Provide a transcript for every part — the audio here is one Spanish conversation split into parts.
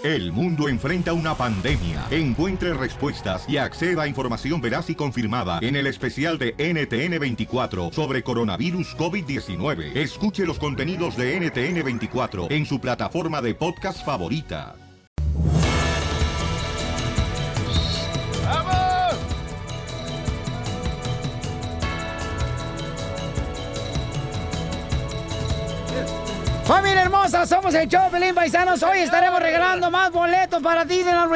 El mundo enfrenta una pandemia. Encuentre respuestas y acceda a información veraz y confirmada en el especial de NTN24 sobre coronavirus COVID-19. Escuche los contenidos de NTN24 en su plataforma de podcast favorita. Familia hermosa, somos el show de Pelín, paisanos. Hoy estaremos regalando más boletos para Disneyland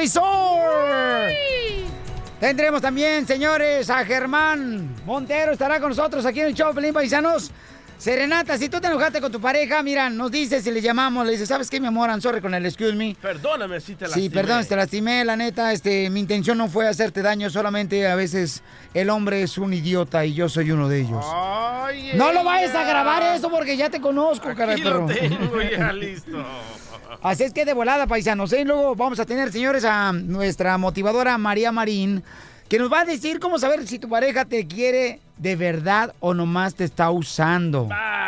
Resort. Tendremos también, señores, a Germán Montero. Estará con nosotros aquí en el show de Pelín, paisanos. Serenata, si tú te enojaste con tu pareja, mira, nos dices si le llamamos, le dices, ¿sabes qué, mi amor? I'm sorry con el excuse me. Perdóname si te lastimé. Sí, perdón, te lastimé, la neta, mi intención no fue hacerte daño, solamente a veces el hombre es un idiota y yo soy uno de ellos. Ay, no lo vayas a grabar eso porque ya te conozco, cara de perro. Aquí lo tengo ya listo. Así es que de volada, paisanos, ¿eh? Luego vamos a tener, señores, a nuestra motivadora María Marín, que nos va a decir cómo saber si tu pareja te quiere de verdad o nomás te está usando.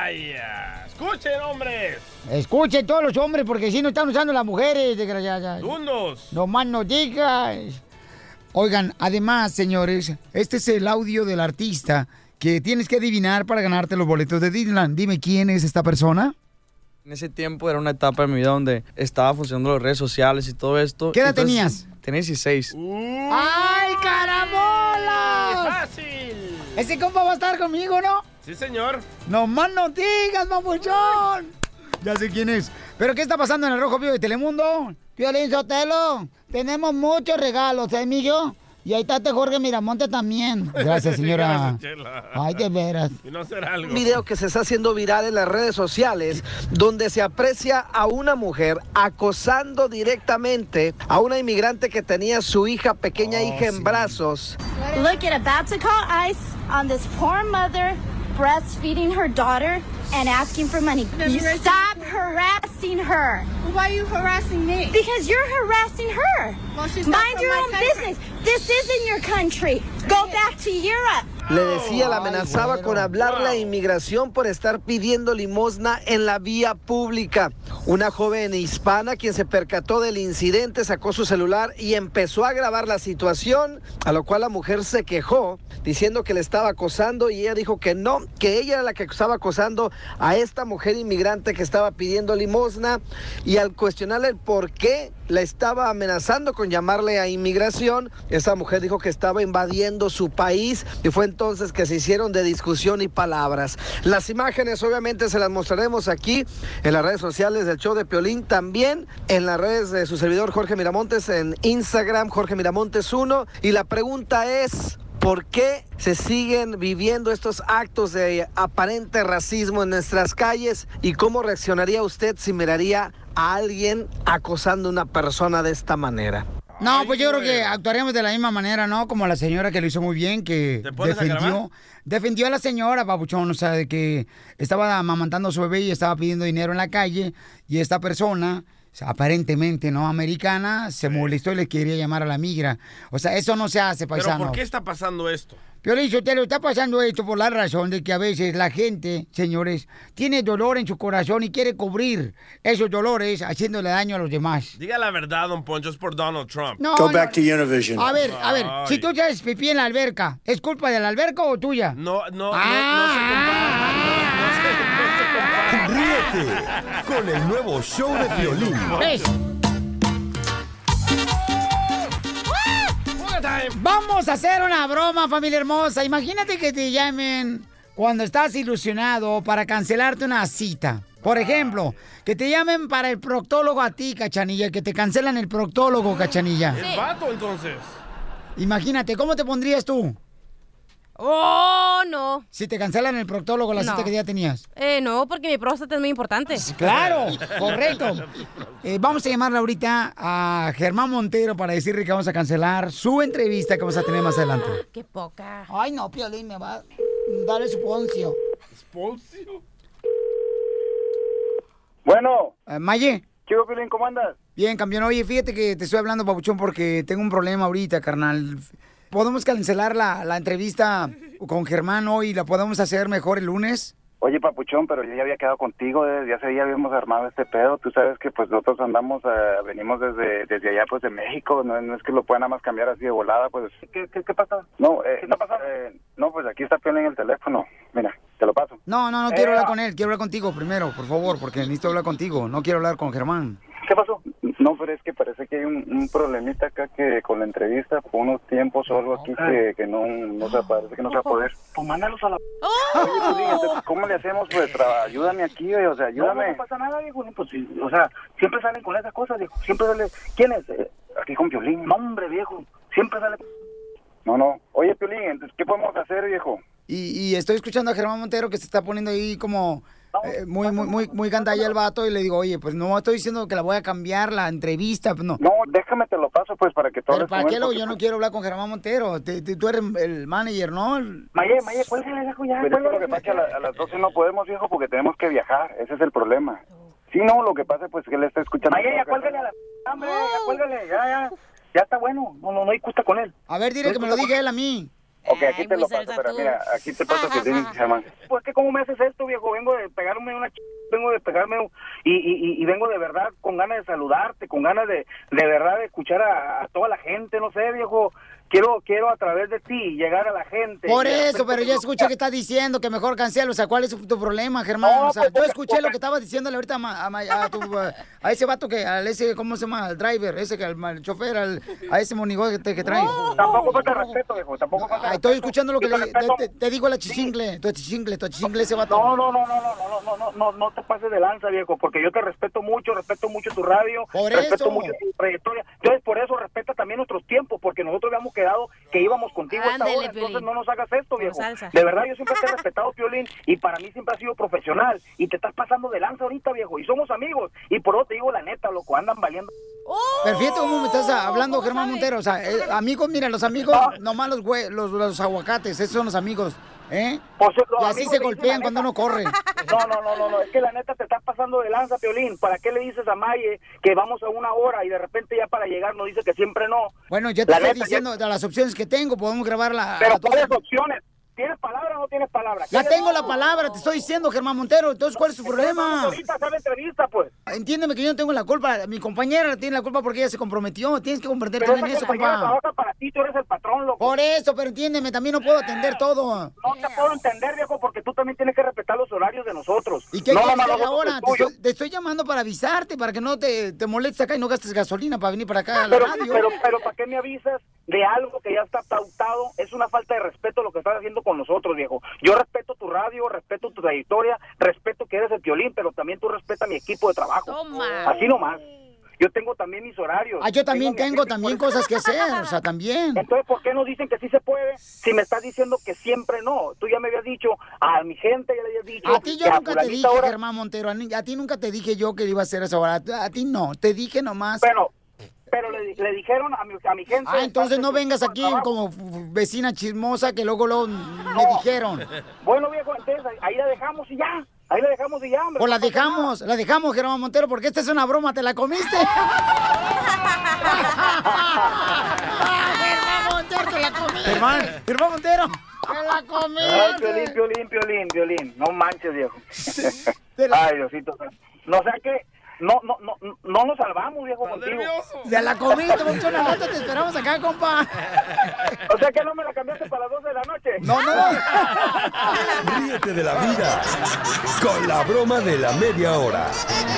Vaya, escuchen, hombres. Escuchen todos los hombres, porque si no están usando las mujeres, desgraciadas. Tundos. No más no digas. Oigan, además, señores, este es el audio del artista que tienes que adivinar para ganarte los boletos de Disneyland. Dime quién es esta persona. En ese tiempo era una etapa de mi vida donde estaba funcionando las redes sociales y todo esto. ¿Qué edad tenías? Tenía 16. ¡Ay, carambola! ¡Fácil! Ese compa va a estar conmigo, ¿no? Sí, señor. ¡No más no digas, mamuchón! Ya sé quién es. ¿Pero qué está pasando en el Rojo Vivo de Telemundo? Piolín Sotelo, tenemos muchos regalos, ¿eh, amigo? Y ahí está Jorge Miramonte también. Gracias, señora. Gracias, Chela. Ay, de veras. Y no será algo. Un video que se está haciendo viral en las redes sociales donde se aprecia a una mujer acosando directamente a una inmigrante que tenía su pequeña hija en brazos. Look at about to call ICE on this poor mother breastfeeding her daughter and asking for money. You stop harassing her. Why are you harassing me? Because you're harassing her. Well, she's not Mind from your my own country. business. This isn't your country. Go back to Europe. Le decía, la amenazaba con hablarle a inmigración por estar pidiendo limosna en la vía pública. Una joven hispana quien se percató del incidente sacó su celular y empezó a grabar la situación, a lo cual la mujer se quejó diciendo que le estaba acosando y ella dijo que no, que ella era la que estaba acosando a esta mujer inmigrante que estaba pidiendo limosna, y al cuestionarle el por qué la estaba amenazando con llamarle a inmigración, esa mujer dijo que estaba invadiendo su país y fue entonces que se hicieron de discusión y palabras. Las imágenes obviamente se las mostraremos aquí en las redes sociales del show de Piolín, también en las redes de su servidor Jorge Miramontes, en Instagram Jorge Miramontes 1, y la pregunta es: ¿por qué se siguen viviendo estos actos de aparente racismo en nuestras calles? ¿Y cómo reaccionaría usted si miraría a alguien acosando a una persona de esta manera? No, pues yo creo que actuaríamos de la misma manera, ¿no? Como la señora que lo hizo muy bien, que defendió a la señora, papuchón, o sea, de que estaba amamantando a su bebé y estaba pidiendo dinero en la calle, y esta persona, o sea, aparentemente no americana, se molestó y le quería llamar a la migra. O sea, eso no se hace, paisano. ¿Pero por qué está pasando esto? Piolín Sotelo, está pasando esto por la razón de que a veces la gente, señores, tiene dolor en su corazón y quiere cubrir esos dolores haciéndole daño a los demás. Diga la verdad, don Poncho, es por Donald Trump. No, Go back to Univision. A ver, si tú te haces pipí en la alberca, ¿es culpa de la alberca o tuya? No se compara. Ríete con el nuevo show de Piolín. Vamos a hacer una broma, familia hermosa. Imagínate que te llamen cuando estás ilusionado para cancelarte una cita. Por ejemplo, que te llamen para el proctólogo a ti, Cachanilla, que te cancelan el proctólogo, Cachanilla. El vato, entonces. Imagínate, ¿cómo te pondrías tú? Oh, no. Si te cancelan el proctólogo, la cita que ya tenías. No, porque mi próstata es muy importante. Claro, correcto. Vamos a llamarle ahorita a Germán Montero para decirle que vamos a cancelar su entrevista que vamos a tener más adelante. ¡Qué poca! Ay, no, Piolín, me va a dar el suponcio. ¿Suponcio? Bueno. Maye. Chico Piolín, ¿cómo andas? Bien, campeón. Oye, fíjate que te estoy hablando, papuchón, porque tengo un problema ahorita, carnal. ¿Podemos cancelar la entrevista con Germán hoy y la podemos hacer mejor el lunes? Oye, papuchón, pero yo ya había quedado contigo, desde hace días habíamos armado este pedo. Tú sabes que pues nosotros andamos, venimos desde allá pues de México, no es que lo puedan nada más cambiar así de volada, pues. ¿Qué pasa? No, ¿qué está pasando? No, pues aquí está Piolín en el teléfono, mira, te lo paso. No quiero hablar con él, quiero hablar contigo primero, por favor, porque necesito hablar contigo, no quiero hablar con Germán. ¿Qué pasó? No, pero es que parece que hay un problemita acá que con la entrevista, por unos tiempos o algo aquí que no se parece que no se va a poder. Pues mándalos a la... Oye, pues, entonces, ¿cómo le hacemos? Pues ayúdame aquí, o sea, ayúdame. No pasa nada, viejo, pues, o sea, siempre salen con esas cosas, viejo, siempre sale... ¿Quién es? Aquí con Piolín. No, hombre, viejo, siempre sale... No. Oye, Piolín, entonces, ¿qué podemos hacer, viejo? Y estoy escuchando a Germán Montero que se está poniendo ahí como... muy gandalla el vato y le digo, oye, pues no estoy diciendo que la voy a cambiar la entrevista, pues no. No, déjame te lo paso pues para que todo. Pero ¿para qué yo no quiero hablar con Germán Montero? Tú eres el manager, ¿no? Maye, cuélgale, viejo, ya. Pero lo que pasa es que a las 12 no podemos, viejo, porque tenemos que viajar, ese es el problema. Sí, no, lo que pasa pues que él está escuchando. Maye, ya cuélgale a la... Hombre, ya cuélgale, ya está bueno, no hay gusta con él. A ver, dile que me lo diga él a mí. Ok, aquí te lo paso, pero mira, aquí te paso que tienes que llamar. Pues que cómo me haces esto, viejo, vengo de pegarme y vengo de verdad con ganas de saludarte, con ganas de verdad de escuchar a toda la gente, no sé, viejo. Quiero a través de ti llegar a la gente. Por eso, pero ya escuché que está diciendo que mejor cancelo. O sea, ¿cuál es tu problema, Germán? No, o sea, yo escuché lo que estaba diciéndole ahorita a ese vato ¿cómo se llama? Al driver, al chofer, a ese monigote que trae. Tampoco falta respeto, viejo, tampoco falta respeto. Estoy escuchando lo que te digo a la chichingle. Tu chichingle ese vato. No te pases de lanza, viejo, porque yo te respeto mucho tu radio, respeto mucho tu trayectoria. Entonces, por eso respeta también nuestros tiempos, porque nosotros habíamos quedado que íbamos contigo esta hora, entonces no nos hagas esto, viejo. De verdad, yo siempre te he respetado, Piolín, y para mí siempre has sido profesional, y te estás pasando de lanza ahorita, viejo, y somos amigos, y por eso te digo la neta, loco, andan valiendo. Pero fíjate cómo me estás hablando, Germán Montero, o sea, amigos, mira, los amigos, nomás los aguacates, esos son los amigos. Pues, y así se golpean cuando uno corre. No, es que la neta te estás pasando de lanza, Piolín. ¿Para qué le dices a Maye que vamos a 1 hora y de repente ya para llegar nos dice que siempre no? Bueno, yo te estoy diciendo de las opciones que tengo, podemos grabarla. Pero ¿cuáles opciones? ¿Tienes palabra o no tienes palabra? Ya tengo la palabra, te estoy diciendo, Germán Montero. Entonces, ¿cuál es tu problema? Ahorita sale entrevista, pues. Entiéndeme que yo no tengo la culpa. Mi compañera tiene la culpa porque ella se comprometió. Tienes que comprender también eso, compa. Trabaja para ti, tú eres el patrón, loco. Por eso, pero entiéndeme, también no puedo atender todo. No te puedo entender, viejo, porque tú también tienes que respetar los horarios de nosotros. ¿Y qué quieres hacer ahora? Te estoy llamando para avisarte, para que no te molestes acá y no gastes gasolina para venir para acá a la radio. Pero ¿para qué me avisas de algo que ya está pautado? Es una falta de respeto lo que estás haciendo con nosotros, viejo. Yo respeto tu radio, respeto tu trayectoria, respeto que eres el Piolín, pero también tú respetas mi equipo de trabajo. Toma. Así nomás. Yo tengo también mis horarios. Yo también tengo cosas que hacer, o sea, también. Entonces, ¿por qué nos dicen que sí se puede si me estás diciendo que siempre no? Tú ya me habías dicho, a mi gente ya le habías dicho. A ti yo nunca te dije, Germán Montero, a ti nunca te dije yo que iba a hacer eso ahora. A ti no, te dije nomás. Pero le dijeron a mi gente... entonces no vengas aquí como vecina chismosa que luego me dijeron. Bueno, viejo, entonces ahí la dejamos y ya. Hombre. Pues la dejamos, Germán Montero, porque esta es una broma, ¿te la comiste? Germán Montero, te la comiste. Germán Montero, te la comiste. Piolín, no manches, viejo. Ay, Diosito. No sé qué... No nos salvamos, viejo, contigo. Ya la comiste, mucho una nota, te esperamos acá, compa. O sea que no me la cambiaste para las 12 de la noche. No. Ríete de la vida con la broma de la media hora.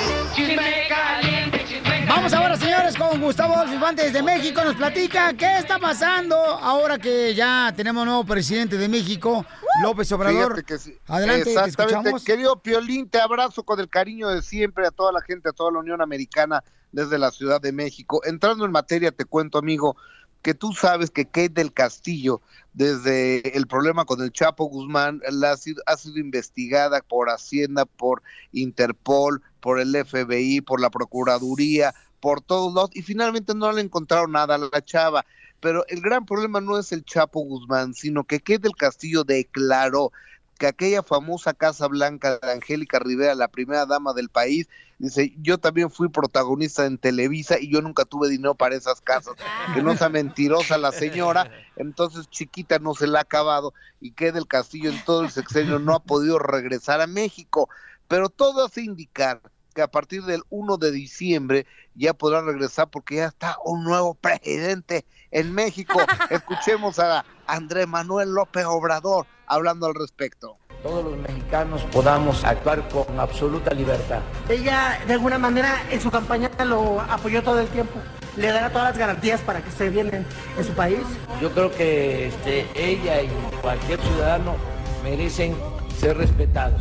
Vamos ahora, señores, con Gustavo Adolfo Infante desde México. Nos platica qué está pasando ahora que ya tenemos nuevo presidente de México, López Obrador. Que sí. Adelante, te escuchamos. Querido Piolín, te abrazo con el cariño de siempre a toda la gente, a toda la Unión Americana desde la Ciudad de México. Entrando en materia, te cuento, amigo, que tú sabes que Kate del Castillo, desde el problema con el Chapo Guzmán, ha sido investigada por Hacienda, por Interpol, por el FBI, por la Procuraduría, por todos lados, y finalmente no le encontraron nada a la chava. Pero el gran problema no es el Chapo Guzmán, sino que Kate del Castillo declaró que aquella famosa Casa Blanca de Angélica Rivera, la primera dama del país, dice, yo también fui protagonista en Televisa y yo nunca tuve dinero para esas casas. Que no sea mentirosa la señora, entonces chiquita no se la ha acabado y que del Castillo en todo el sexenio no ha podido regresar a México. Pero todo hace indicar que a partir del 1 de diciembre ya podrá regresar porque ya está un nuevo presidente en México. Escuchemos a Andrés Manuel López Obrador hablando al respecto. Todos los mexicanos podamos actuar con absoluta libertad. Ella, de alguna manera, en su campaña lo apoyó todo el tiempo. ¿Le dará todas las garantías para que esté bien en su país? Yo creo que ella y cualquier ciudadano merecen ser respetados.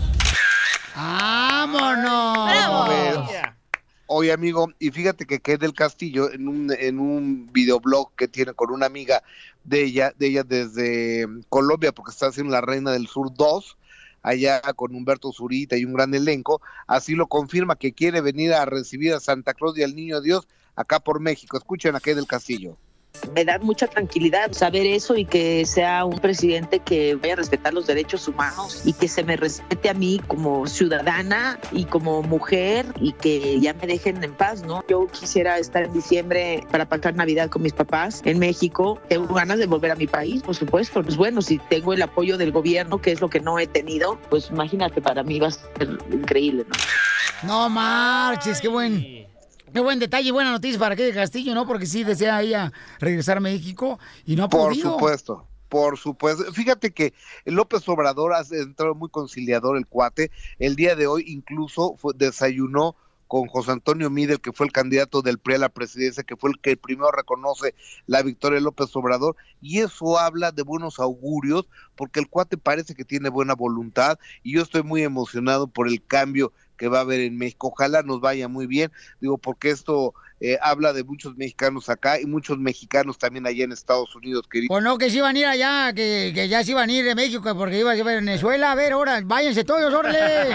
¡Vámonos! Oye, amigo, y fíjate que Kate del Castillo, en un videoblog que tiene con una amiga de ella desde Colombia, porque está haciendo La Reina del Sur 2, allá con Humberto Zurita y un gran elenco, así lo confirma que quiere venir a recibir a Santa Claus y al Niño Dios acá por México. Escuchen a Kate del Castillo. Me da mucha tranquilidad saber eso y que sea un presidente que vaya a respetar los derechos humanos y que se me respete a mí como ciudadana y como mujer y que ya me dejen en paz, ¿no? Yo quisiera estar en diciembre para pasar Navidad con mis papás en México. Tengo ganas de volver a mi país, por supuesto. Pues bueno, si tengo el apoyo del gobierno, que es lo que no he tenido, pues imagínate, para mí va a ser increíble, ¿no? No marches, qué buen detalle, buena noticia para Kate del Castillo, ¿no? Porque sí desea ella regresar a México y no ha podido. Por supuesto. Fíjate que López Obrador ha entrado muy conciliador, el cuate. El día de hoy incluso desayunó con José Antonio Midel, que fue el candidato del PRI a la presidencia, que fue el que primero reconoce la victoria de López Obrador, y eso habla de buenos augurios, porque el cuate parece que tiene buena voluntad, y yo estoy muy emocionado por el cambio que va a haber en México. Ojalá nos vaya muy bien, digo, porque esto habla de muchos mexicanos acá y muchos mexicanos también allá en Estados Unidos, querido. Pues no, que se iban a ir allá, que ya se iban a ir de México porque iban a ir a Venezuela. A ver, ahora, váyanse todos, órale.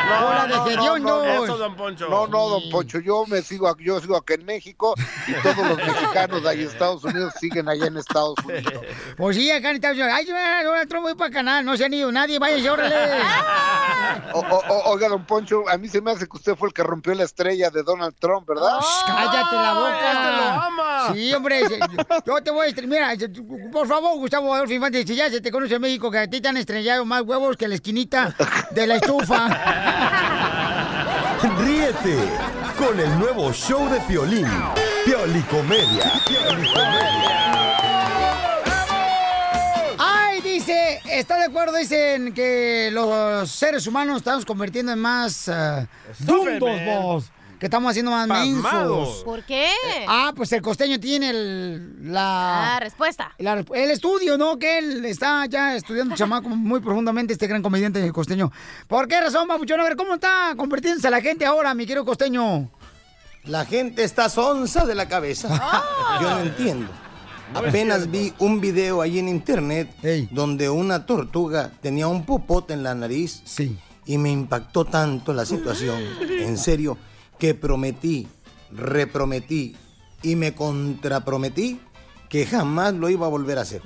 No, don Poncho. No, don Poncho, yo sigo aquí en México y todos los mexicanos de ahí en Estados Unidos siguen allá en Estados Unidos. Pues sí, acá en Estados Unidos. Ay, Donald Trump, voy para el canal, no se han ido nadie, váyanse, órale. Oiga, don Poncho, a mí se me hace que usted fue el que rompió la estrella de Donald Trump, ¿verdad? ¡Cállate la boca! Sí, hombre, yo te voy a estrellar. Mira, por favor, Gustavo Adolfo Infante, si ya se te conoce en México, que a ti te han estrellado más huevos que la esquinita de la estufa. Ríete con el nuevo show de Piolín, Piolicomedia. ¡Ay! Dice, ¿está de acuerdo? Dicen que los seres humanos estamos convirtiendo en más dundos, vos. Que estamos haciendo más mensos. ¿Por qué? Pues el costeño tiene la respuesta. El estudio, ¿no? Que él está ya estudiando chamaco muy profundamente, este gran comediante costeño. ¿Por qué razón, papuchón? A ver, ¿cómo está convirtiéndose la gente ahora, mi querido costeño? La gente está sonsa de la cabeza. Yo no entiendo. Apenas vi un video ahí en internet donde una tortuga tenía un popote en la nariz. Sí. Y me impactó tanto la situación. En serio, que prometí, reprometí y me contraprometí que jamás lo iba a volver a hacer.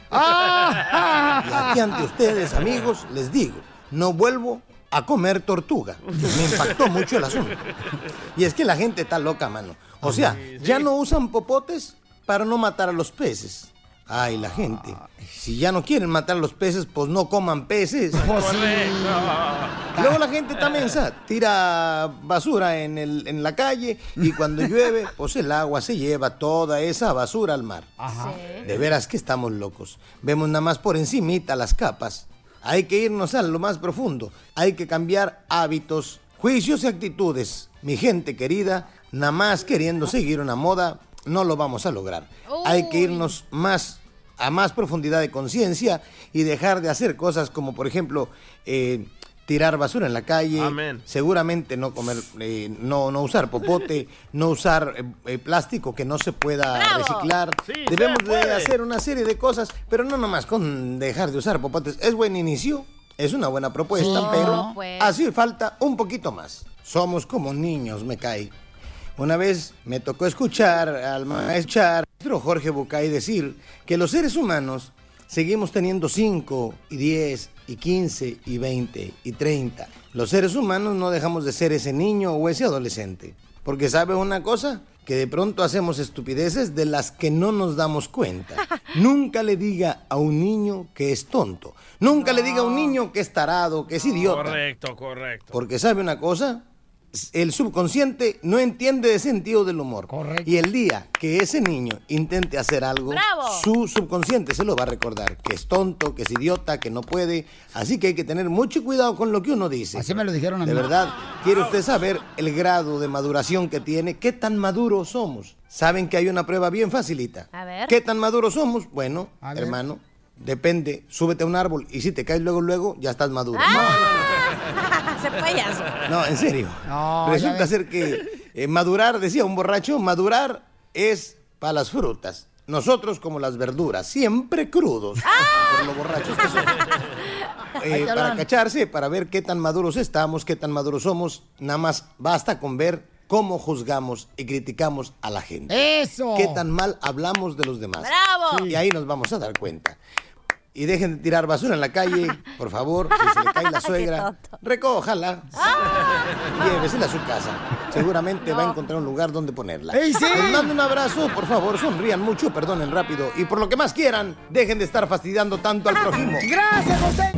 Y aquí ante ustedes, amigos, les digo, no vuelvo a comer tortuga. Me impactó mucho el asunto. Y es que la gente está loca, mano. O sea, ya no usan popotes para no matar a los peces. Ay, la gente. Si ya no quieren matar a los peces, pues no coman peces. Luego la gente también tira basura en la calle y cuando llueve, pues el agua se lleva toda esa basura al mar. De veras que estamos locos. Vemos nada más por encimita las capas. Hay que irnos a lo más profundo. Hay que cambiar hábitos, juicios y actitudes. Mi gente querida, nada más queriendo seguir una moda, no lo vamos a lograr. Hay que irnos a más profundidad de conciencia y dejar de hacer cosas como, por ejemplo, tirar basura en la calle. Amén. Seguramente no comer, no usar popote, no usar plástico que no se pueda reciclar. Sí, debemos de hacer una serie de cosas, pero no nomás con dejar de usar popotes. Es buen inicio, es una buena propuesta, pero así falta un poquito más. Somos como niños, me cae. Una vez me tocó escuchar al maestro Jorge Bucay decir que los seres humanos seguimos teniendo 5 y 10 y 15 y 20 y 30. Los seres humanos no dejamos de ser ese niño o ese adolescente. Porque ¿sabes una cosa? Que de pronto hacemos estupideces de las que no nos damos cuenta. Nunca le diga a un niño que es tonto. Nunca le diga a un niño que es tarado, que es idiota. Correcto. Porque ¿sabe una cosa? El subconsciente no entiende de sentido del humor. Correcto. Y el día que ese niño intente hacer algo, ¡bravo! su subconsciente se lo va a recordar. Que es tonto, que es idiota, que no puede. Así que hay que tener mucho cuidado con lo que uno dice. Así me lo dijeron a mí. De verdad, ¿quiere usted saber el grado de maduración que tiene? ¿Qué tan maduros somos? ¿Saben que hay una prueba bien facilita? A ver. ¿Qué tan maduros somos? Bueno, A ver. hermano, depende. Súbete a un árbol y si te caes luego, ya estás maduro. Ese payaso. No, en serio. No, Resulta ya ves. ser que madurar, decía un borracho, madurar es para las frutas. Nosotros como las verduras, siempre crudos, por lo borrachos que somos. Para cacharse, para ver qué tan maduros estamos, qué tan maduros somos, nada más basta con ver cómo juzgamos y criticamos a la gente. ¡Eso! Qué tan mal hablamos de los demás. ¡Bravo! Y ahí nos vamos a dar cuenta. Y dejen de tirar basura en la calle, por favor. Si se le cae la suegra, recójala. Llévesela a su casa. Seguramente va a encontrar un lugar donde ponerla. ¡Ey, sí! Les mando un abrazo, por favor, sonrían mucho, perdonen rápido. Y por lo que más quieran, dejen de estar fastidiando tanto al prójimo. ¡Gracias, José!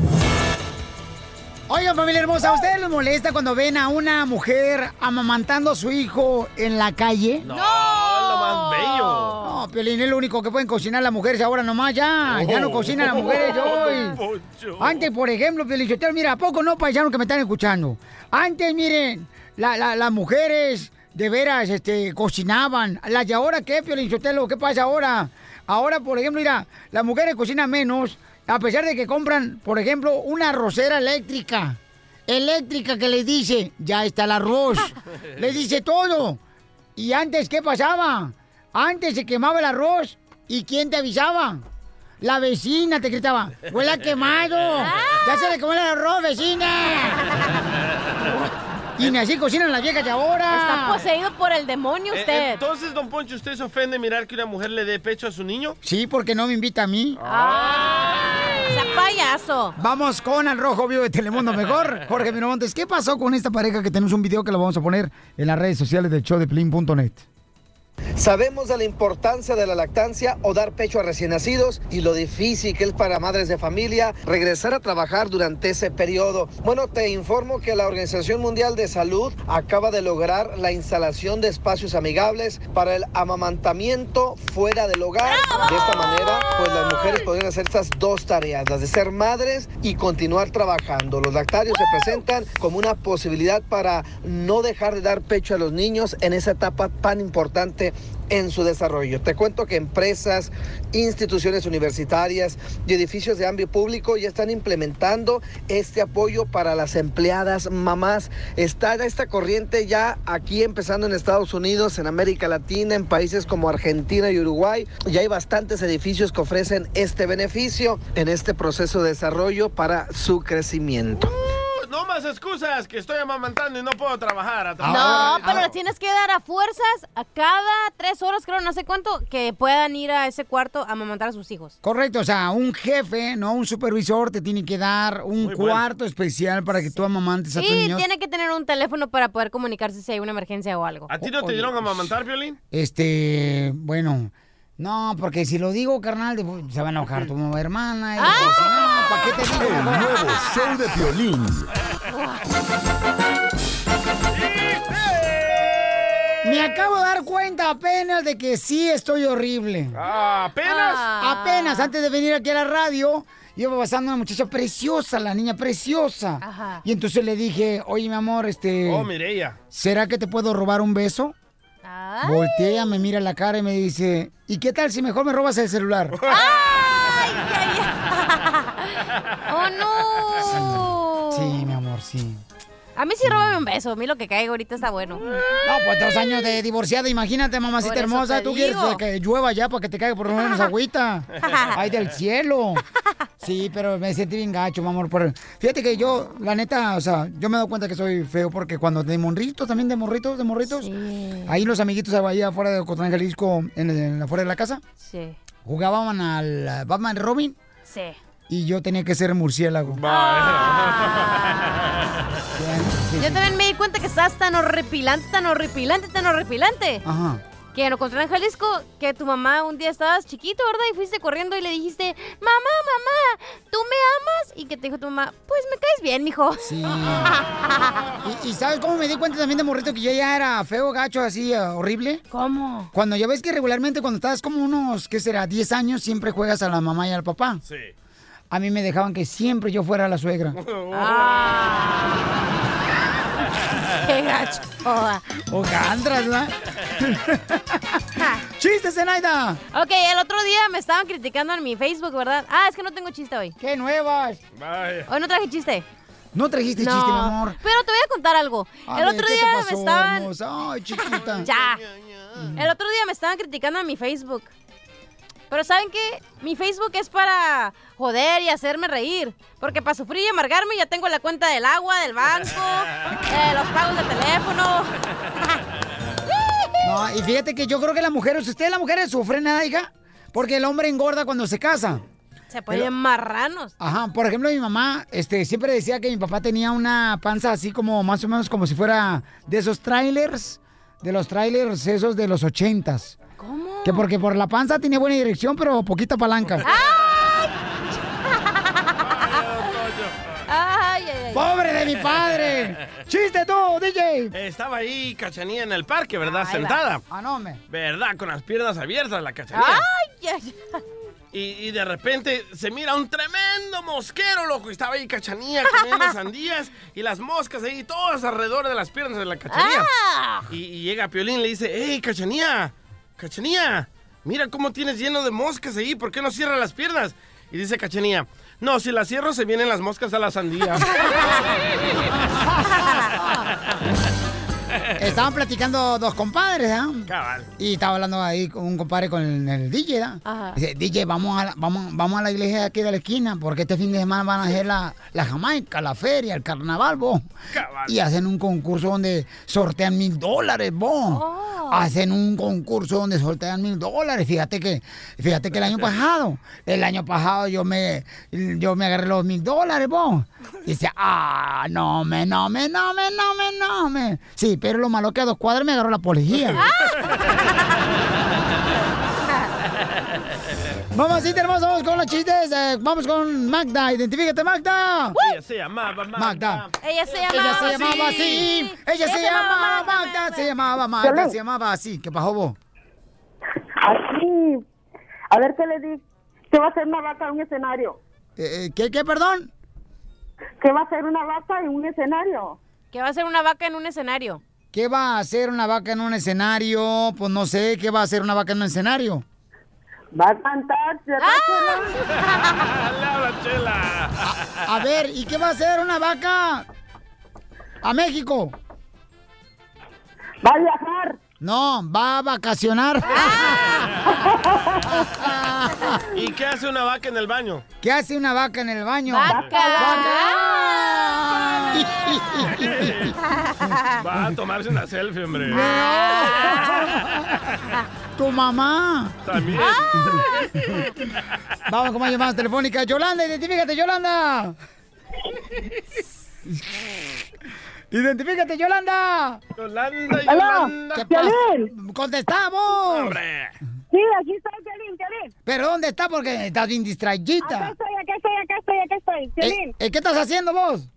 Oigan, familia hermosa, ¿a ustedes les molesta cuando ven a una mujer amamantando a su hijo en la calle? No, es lo más bello. No, Piolín, es lo único que pueden cocinar las mujeres ahora nomás ya. Ya no cocinan las mujeres hoy. Antes, por ejemplo, Piolín, mira, ¿a poco no, paisanos que me están escuchando? Antes, miren, las mujeres de veras cocinaban. ¿Las de ahora qué, Piolín Sotelo? ¿Qué pasa ahora? Ahora, por ejemplo, mira, las mujeres cocinan menos, a pesar de que compran, por ejemplo, una arrocera eléctrica. Eléctrica que les dice, ya está el arroz. Les dice todo. ¿Y antes qué pasaba? Antes se quemaba el arroz. ¿Y quién te avisaba? La vecina te gritaba, ¡huele a quemado! ¡Ya se le quemó el arroz, vecina! Y ni así cocinan las viejas de ahora. Está poseído por el demonio usted. Entonces, don Poncho, ¿usted se ofende mirar que una mujer le dé pecho a su niño? Sí, porque no me invita a mí. ¡Sea payaso! Vamos con Al Rojo Vivo de Telemundo Mejor. Jorge Miramontes, ¿qué pasó con esta pareja que tenemos un video que lo vamos a poner en las redes sociales del show de Piolín.net? Sabemos de la importancia de la lactancia o dar pecho a recién nacidos y lo difícil que es para madres de familia regresar a trabajar durante ese periodo. Bueno, te informo que la Organización Mundial de Salud acaba de lograr la instalación de espacios amigables para el amamantamiento fuera del hogar. De esta manera, pues las mujeres podrían hacer estas dos tareas, las de ser madres y continuar trabajando. Los lactarios se presentan como una posibilidad para no dejar de dar pecho a los niños en esa etapa tan importante en su desarrollo. Te cuento que empresas, instituciones universitarias y edificios de ámbito público ya están implementando este apoyo para las empleadas mamás. Está esta corriente ya aquí empezando en Estados Unidos, en América Latina, en países como Argentina y Uruguay. Ya hay bastantes edificios que ofrecen este beneficio en este proceso de desarrollo para su crecimiento. No más excusas, que estoy amamantando y no puedo trabajar. No, pero les tienes que dar a fuerzas a cada 3 horas, creo, no sé cuánto, que puedan ir a ese cuarto a amamantar a sus hijos. Correcto, o sea, un jefe, no un supervisor, te tiene que dar un cuarto especial para que tú amamantes a tus niños. Y tiene que tener un teléfono para poder comunicarse si hay una emergencia o algo. ¿A ti no te dieron a amamantar, Piolín? Bueno... No, porque si lo digo, carnal, se va a enojar tu hermana. Y pues, no, ¿para qué te digo? El nuevo show de Piolín. Me acabo de dar cuenta apenas de que sí estoy horrible. ¿Apenas? Apenas, antes de venir aquí a la radio, iba pasando una muchacha preciosa, la niña preciosa. Ajá. Y entonces le dije, oye, mi amor, Oh, Mireya. ¿será que te puedo robar un beso? Ay. Voltea, me mira la cara y me dice, ¿y qué tal si mejor me robas el celular? ¡Ay, ay, ay! ¡Oh, no! Sí, mi amor, sí. A mí sí róbame un beso. A mí lo que caiga ahorita está bueno. No, pues 2 años de divorciada, imagínate, mamacita Por eso hermosa. te Tú quieres digo. que llueva ya para que te caiga por lo menos agüita. Ay, del cielo. Sí, pero me sentí bien gacho, mi amor. Fíjate que yo, la neta, o sea, yo me he dado cuenta que soy feo porque cuando de morritos, también de morritos, Sí. ahí los amiguitos ahí afuera de Ocotlán, Jalisco, afuera de la casa, Sí. jugaban al Batman Robin. Sí. Y yo tenía que ser murciélago. Yo también me di cuenta que estás tan horripilante. Ajá. Que lo encontré en Jalisco, que tu mamá un día estabas chiquito, ¿verdad? Y fuiste corriendo y le dijiste, mamá, ¿tú me amas? Y que te dijo tu mamá, pues me caes bien, mijo. Sí. ¿Y sabes cómo me di cuenta también de morrito que yo ya era feo, gacho, así, horrible? ¿Cómo? Cuando ya ves que regularmente cuando estás como unos, ¿qué será? 10 años, siempre juegas a la mamá y al papá. Sí. A mí me dejaban que siempre yo fuera la suegra. ¡Qué gacho! O Candras, ¿verdad? ¡Chistes, Zenaida! Ok, el otro día me estaban criticando en mi Facebook, ¿verdad? Es que no tengo chiste hoy. ¡Qué nuevas! Vaya. Hoy no traje chiste. No trajiste chiste, mi amor. Pero te voy a contar algo. El otro día me estaban... hermosa? Ay, chiquita. Ya. El otro día me estaban criticando en mi Facebook. Pero ¿saben qué? Mi Facebook es para joder y hacerme reír. Porque para sufrir y amargarme ya tengo la cuenta del agua, del banco, los pagos del teléfono. No, y fíjate que yo creo que las mujeres sufren nada, hija, porque el hombre engorda cuando se casa. Se ponen marranos. Ajá, por ejemplo, mi mamá siempre decía que mi papá tenía una panza así como más o menos como si fuera de esos trailers, esos de los 80s. ¿Cómo? Que porque por la panza tenía buena dirección, pero poquita palanca. ¡Ay! ¡Pobre de mi padre! ¡Chiste tú, DJ! Estaba ahí Cachanía en el parque, ¿verdad? Sentada. No, me. ¿Verdad? Con las piernas abiertas, la Cachanía. ¡Ay! Y de repente se mira un tremendo mosquero, loco. Y estaba ahí Cachanía comiendo sandías y las moscas ahí todas alrededor de las piernas de la Cachanía. Y llega Piolín y le dice, ¡Ey, Cachanía! ¡Cachanía! Mira cómo tienes lleno de moscas ahí. ¿Por qué no cierras las piernas? Y dice Cachanía, no, si las cierro se vienen las moscas a la sandía. Estaban platicando dos compadres, ¿eh? Cabal. Y estaba hablando ahí con un compadre con el DJ, ¿eh? Dice, DJ, vamos a la iglesia de aquí de la esquina, porque este fin de semana van a hacer la Jamaica, la feria, el carnaval, vos. Y hacen un concurso donde sortean $1,000, vos. Hacen un concurso donde sortean $1,000. Fíjate que el año pasado yo me agarré los $1,000, vos. Dice, no me. Sí, pero lo malo que a 2 cuadras me agarró la policía. Mamacita hermosa, vamos con los chistes. Vamos con Magda. Identifícate, Magda. Ella se llamaba Magda. Ella se llamaba así. Ella se llamaba Magda. Se llamaba Magda. Se llamaba así. ¿Qué pasó vos? Así. A ver qué le di. ¿Qué va a hacer una vaca en un escenario? ¿Qué, perdón? ¿Qué va a hacer una vaca en un escenario? ¿Qué va a hacer una vaca en un escenario? ¿Qué va a hacer una vaca en un escenario? Pues no sé, ¿qué va a hacer una vaca en un escenario? Va a cantar, ¡Le habla Chela! A ver, ¿y qué va a hacer una vaca a México? Va a viajar. No, va a vacacionar. ¿Y qué hace una vaca en el baño? ¿Qué hace una vaca en el baño? ¡Vaca! Va a tomarse una selfie, hombre. ¡Tu mamá! También. Vamos con más llamadas telefónicas. Yolanda, identifícate, Yolanda. ¡Identifícate, Yolanda! Yolanda. ¿Qué pasa? ¡Contestamos! ¡Hombre! Sí, aquí estoy, Piolín. ¿Pero dónde está? Porque estás bien distraidita. Acá estoy, Piolín. ¿Qué estás haciendo vos?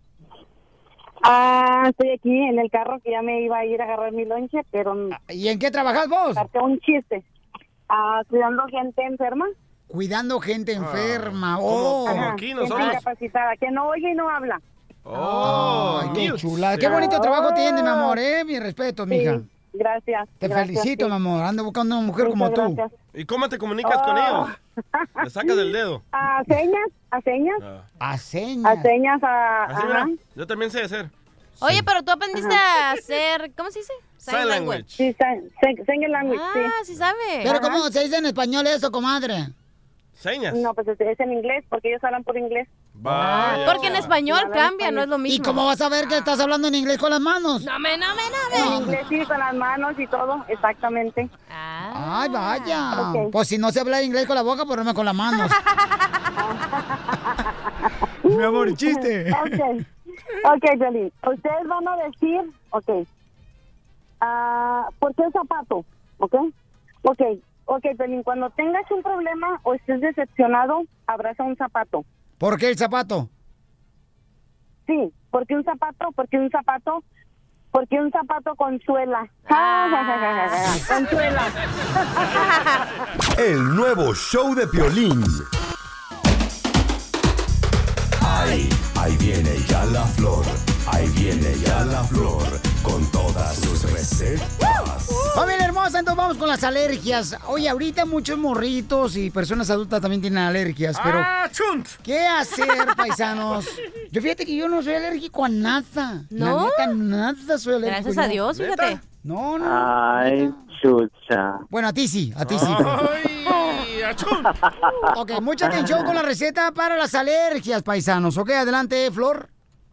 Estoy aquí en el carro que ya me iba a ir a agarrar mi lonche, pero... ¿Y en qué trabajas vos? Parte un chiste. Cuidando gente enferma. Cuidando gente enferma. Como Ajá, aquí gente nosotros. incapacitada, que no oye y no habla. Ay, qué chula. Qué bonito trabajo tiene, mi amor, Mi respeto, mija. Sí, gracias. Te felicito, mi amor. Ando buscando una mujer como tú. ¿Y cómo te comunicas con ellos? ¿Le sacas del dedo? A señas. A señas. A señas, Así, mira, yo también sé hacer. Oye, pero tú aprendiste a hacer... ¿Cómo se dice? Sign language. Sí, sign language, sí. Sí sabe. Pero ¿cómo se dice en español eso, comadre? ¿Señas? No, pues es en inglés, porque ellos hablan por inglés. Vaya. Porque en español cambia, no es lo mismo. ¿Y cómo vas a ver que estás hablando en inglés con las manos? No. En inglés sí, con las manos y todo, exactamente. Ay, vaya. Ok. Pues si no se habla inglés con la boca, pues no con las manos. Mi amor, chiste. Ok, Piolín. Ustedes van a decir, ¿por qué el zapato? Ok, Piolín, cuando tengas un problema o estés decepcionado, abraza un zapato. ¿Por qué el zapato? Sí, porque un zapato consuela. Consuela. El nuevo show de Piolín. Ahí viene ya la flor. Ahí viene ya la flor. Con todas sus recetas. Familia hermosa, entonces vamos con las alergias. Oye, ahorita muchos morritos y personas adultas también tienen alergias, pero ¿qué hacer, paisanos? Fíjate que yo no soy alérgico a nada. ¿No? La neta, nada soy alérgico. Gracias a Dios, fíjate. No. Ay, chucha. Bueno, a ti sí. Ay, achún. Ok, mucha atención con la receta para las alergias, paisanos. Ok, adelante, Flor.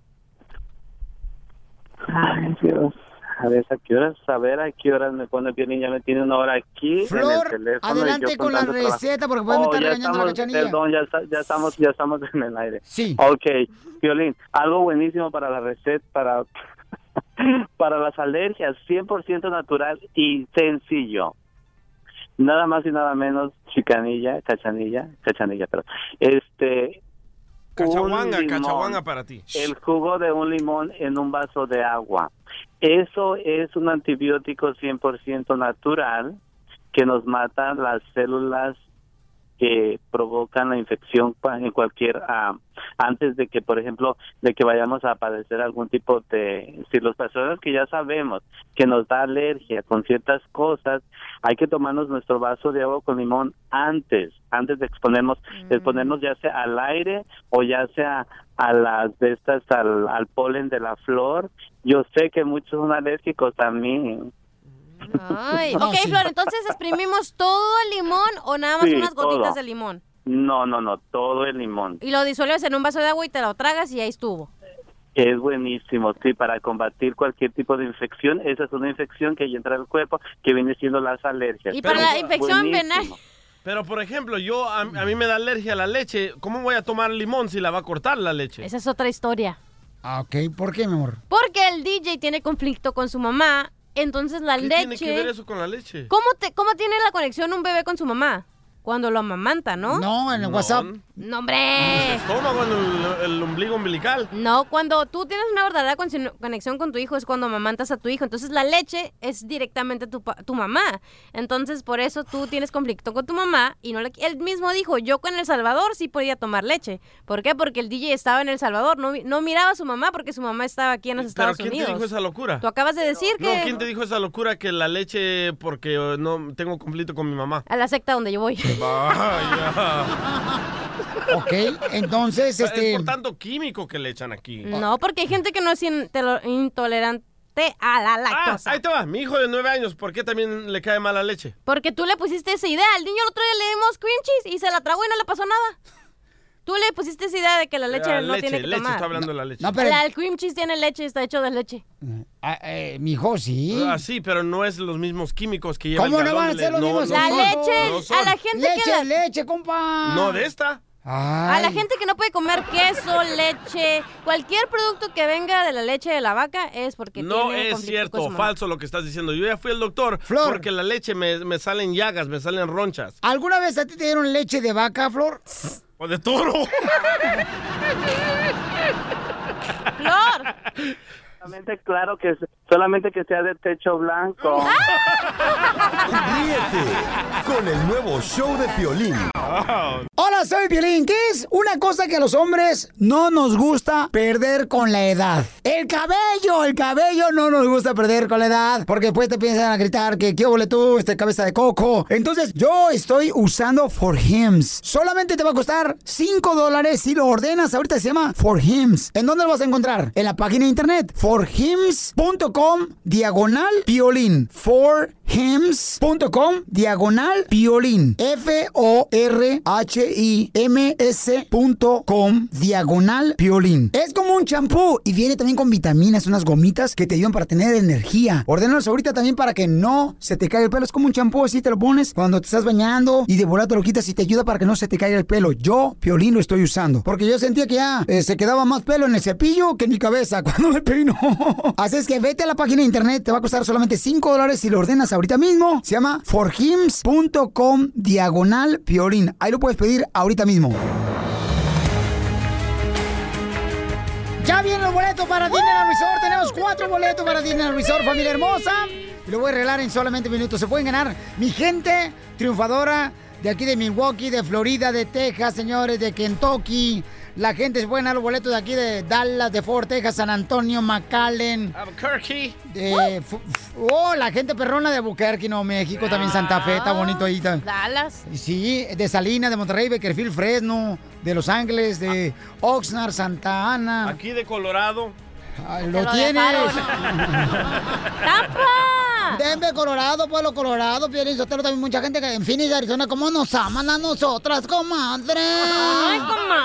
Ay, Dios. A ver, ¿a qué horas me pone Piolín? Ya me tiene una hora aquí Flor, en el teléfono. adelante con la receta porque podemos estar regañando a la Cachanilla. Perdón, ya estamos en el aire. Sí. Ok, Piolín, algo buenísimo para la receta, para las alergias, 100% natural y sencillo. Nada más y nada menos, Cachanilla, pero Cachaguanga para ti. El jugo de un limón en un vaso de agua. Eso es un antibiótico 100% natural que nos mata las células que provocan la infección en cualquier antes de que, por ejemplo, de que vayamos a padecer algún tipo de, si las personas que ya sabemos que nos da alergia con ciertas cosas, hay que tomarnos nuestro vaso de agua con limón antes de exponernos ya sea al aire o ya sea a las de estas al polen de la flor. Yo sé que muchos son alérgicos también. Ay, ok, Flor, entonces exprimimos todo el limón o nada más unas gotitas de limón. No, todo el limón. Y lo disuelves en un vaso de agua y te lo tragas y ahí estuvo. Es buenísimo, sí, para combatir cualquier tipo de infección. Esa es una infección que entra al cuerpo que viene siendo las alergias. Y para la infección venal. Pero, por ejemplo, a mí me da alergia a la leche. ¿Cómo voy a tomar limón si la va a cortar la leche? Esa es otra historia. Ah, ok. ¿Por qué, mi amor? Porque el DJ tiene conflicto con su mamá. Entonces la leche... ¿Qué tiene que ver eso con la leche? ¿Cómo tiene la conexión un bebé con su mamá? Cuando lo amamanta, ¿no? No, en el WhatsApp. ¡No, hombre! El estómago, el ombligo umbilical. No, cuando tú tienes una verdadera conexión con tu hijo es cuando amamantas a tu hijo. Entonces la leche es directamente tu mamá. Entonces por eso tú tienes conflicto con tu mamá y no él mismo dijo, yo con El Salvador sí podía tomar leche. ¿Por qué? Porque el DJ estaba en El Salvador, no miraba a su mamá porque su mamá estaba aquí en los Estados Unidos. ¿Pero quién te dijo esa locura? Tú acabas de decir que... No, ¿quién te dijo esa locura que la leche porque no tengo conflicto con mi mamá? A la secta donde yo voy. Vaya. Ok, entonces, Es por tanto químico que le echan aquí. No, porque hay gente que no es intolerante a la lactosa. Ahí te va, mi hijo de 9 años, ¿por qué también le cae mal la leche? Porque tú le pusiste esa idea. Al niño el otro día le dimos cream cheese y se la tragó y no le pasó nada. Tú le pusiste esa idea de que la leche no tiene que tomar. Estoy hablando de la leche. No, pero... El cream cheese tiene leche, está hecho de leche. Mijo, sí. Sí, pero no es los mismos químicos que lleva el ¿Cómo galón no van a ser los mismos? La leche, a la gente leche, compa. No, de esta. A la gente que no puede comer queso, leche, cualquier producto que venga de la leche de la vaca es porque no tiene es cierto o falso lo que estás diciendo. Yo ya fui al doctor porque la leche me salen llagas, me salen ronchas. ¿Alguna vez a ti te dieron leche de vaca, Flor? O de toro. Flor. Solamente que sea de techo blanco. Ríete con el nuevo show de Piolín. Hola, soy Piolín. ¿Qué es una cosa que a los hombres no nos gusta perder con la edad? El cabello no nos gusta perder con la edad, porque después te piensan a gritar que qué óvole tú, cabeza de coco. Entonces yo estoy usando For Hims. Solamente te va a costar $5 si lo ordenas. Ahorita se llama For Hims. ¿En dónde lo vas a encontrar? En la página de internet forhims.com/Piolín. For forhims.com/Piolín. forhims.com/Piolín. Es como un champú y viene también con vitaminas, unas gomitas que te ayudan para tener energía. Ordénalos ahorita también para que no se te caiga el pelo. Es como un champú, así te lo pones cuando te estás bañando y de volada te lo quitas y te ayuda para que no se te caiga el pelo. Yo, Piolín, lo estoy usando porque yo sentía que ya se quedaba más pelo en el cepillo que en mi cabeza cuando me peino. Así es que vete a la página de internet, te va a costar solamente $5 si lo ordenas ahorita mismo. Se llama forhims.com/Piolín. Ahí lo puedes pedir ahorita mismo. Ya vienen los boletos para Disneyland Resort. Tenemos 4 boletos para Disneyland Resort, familia hermosa. Y lo voy a regalar en solamente minutos. Se pueden ganar mi gente triunfadora de aquí de Milwaukee, de Florida, de Texas, señores, de Kentucky. La gente se puede ganar los boletos de aquí de Dallas, de Fort Texas, San Antonio, McAllen. Albuquerque. La gente perrona de Albuquerque, no, México, también Santa Fe, está bonito ahí. Dallas. Sí, de Salinas, de Monterrey, Bakersfield, Fresno, de Los Ángeles, de Oxnard, Santa Ana. Aquí de Colorado. Lo tienes. ¡Tampa! Denver, Colorado, Pueblo Colorado, Piolín Sotelo, también mucha gente que en Phoenix, Arizona, ¿cómo nos aman a nosotras, comadre? Ay,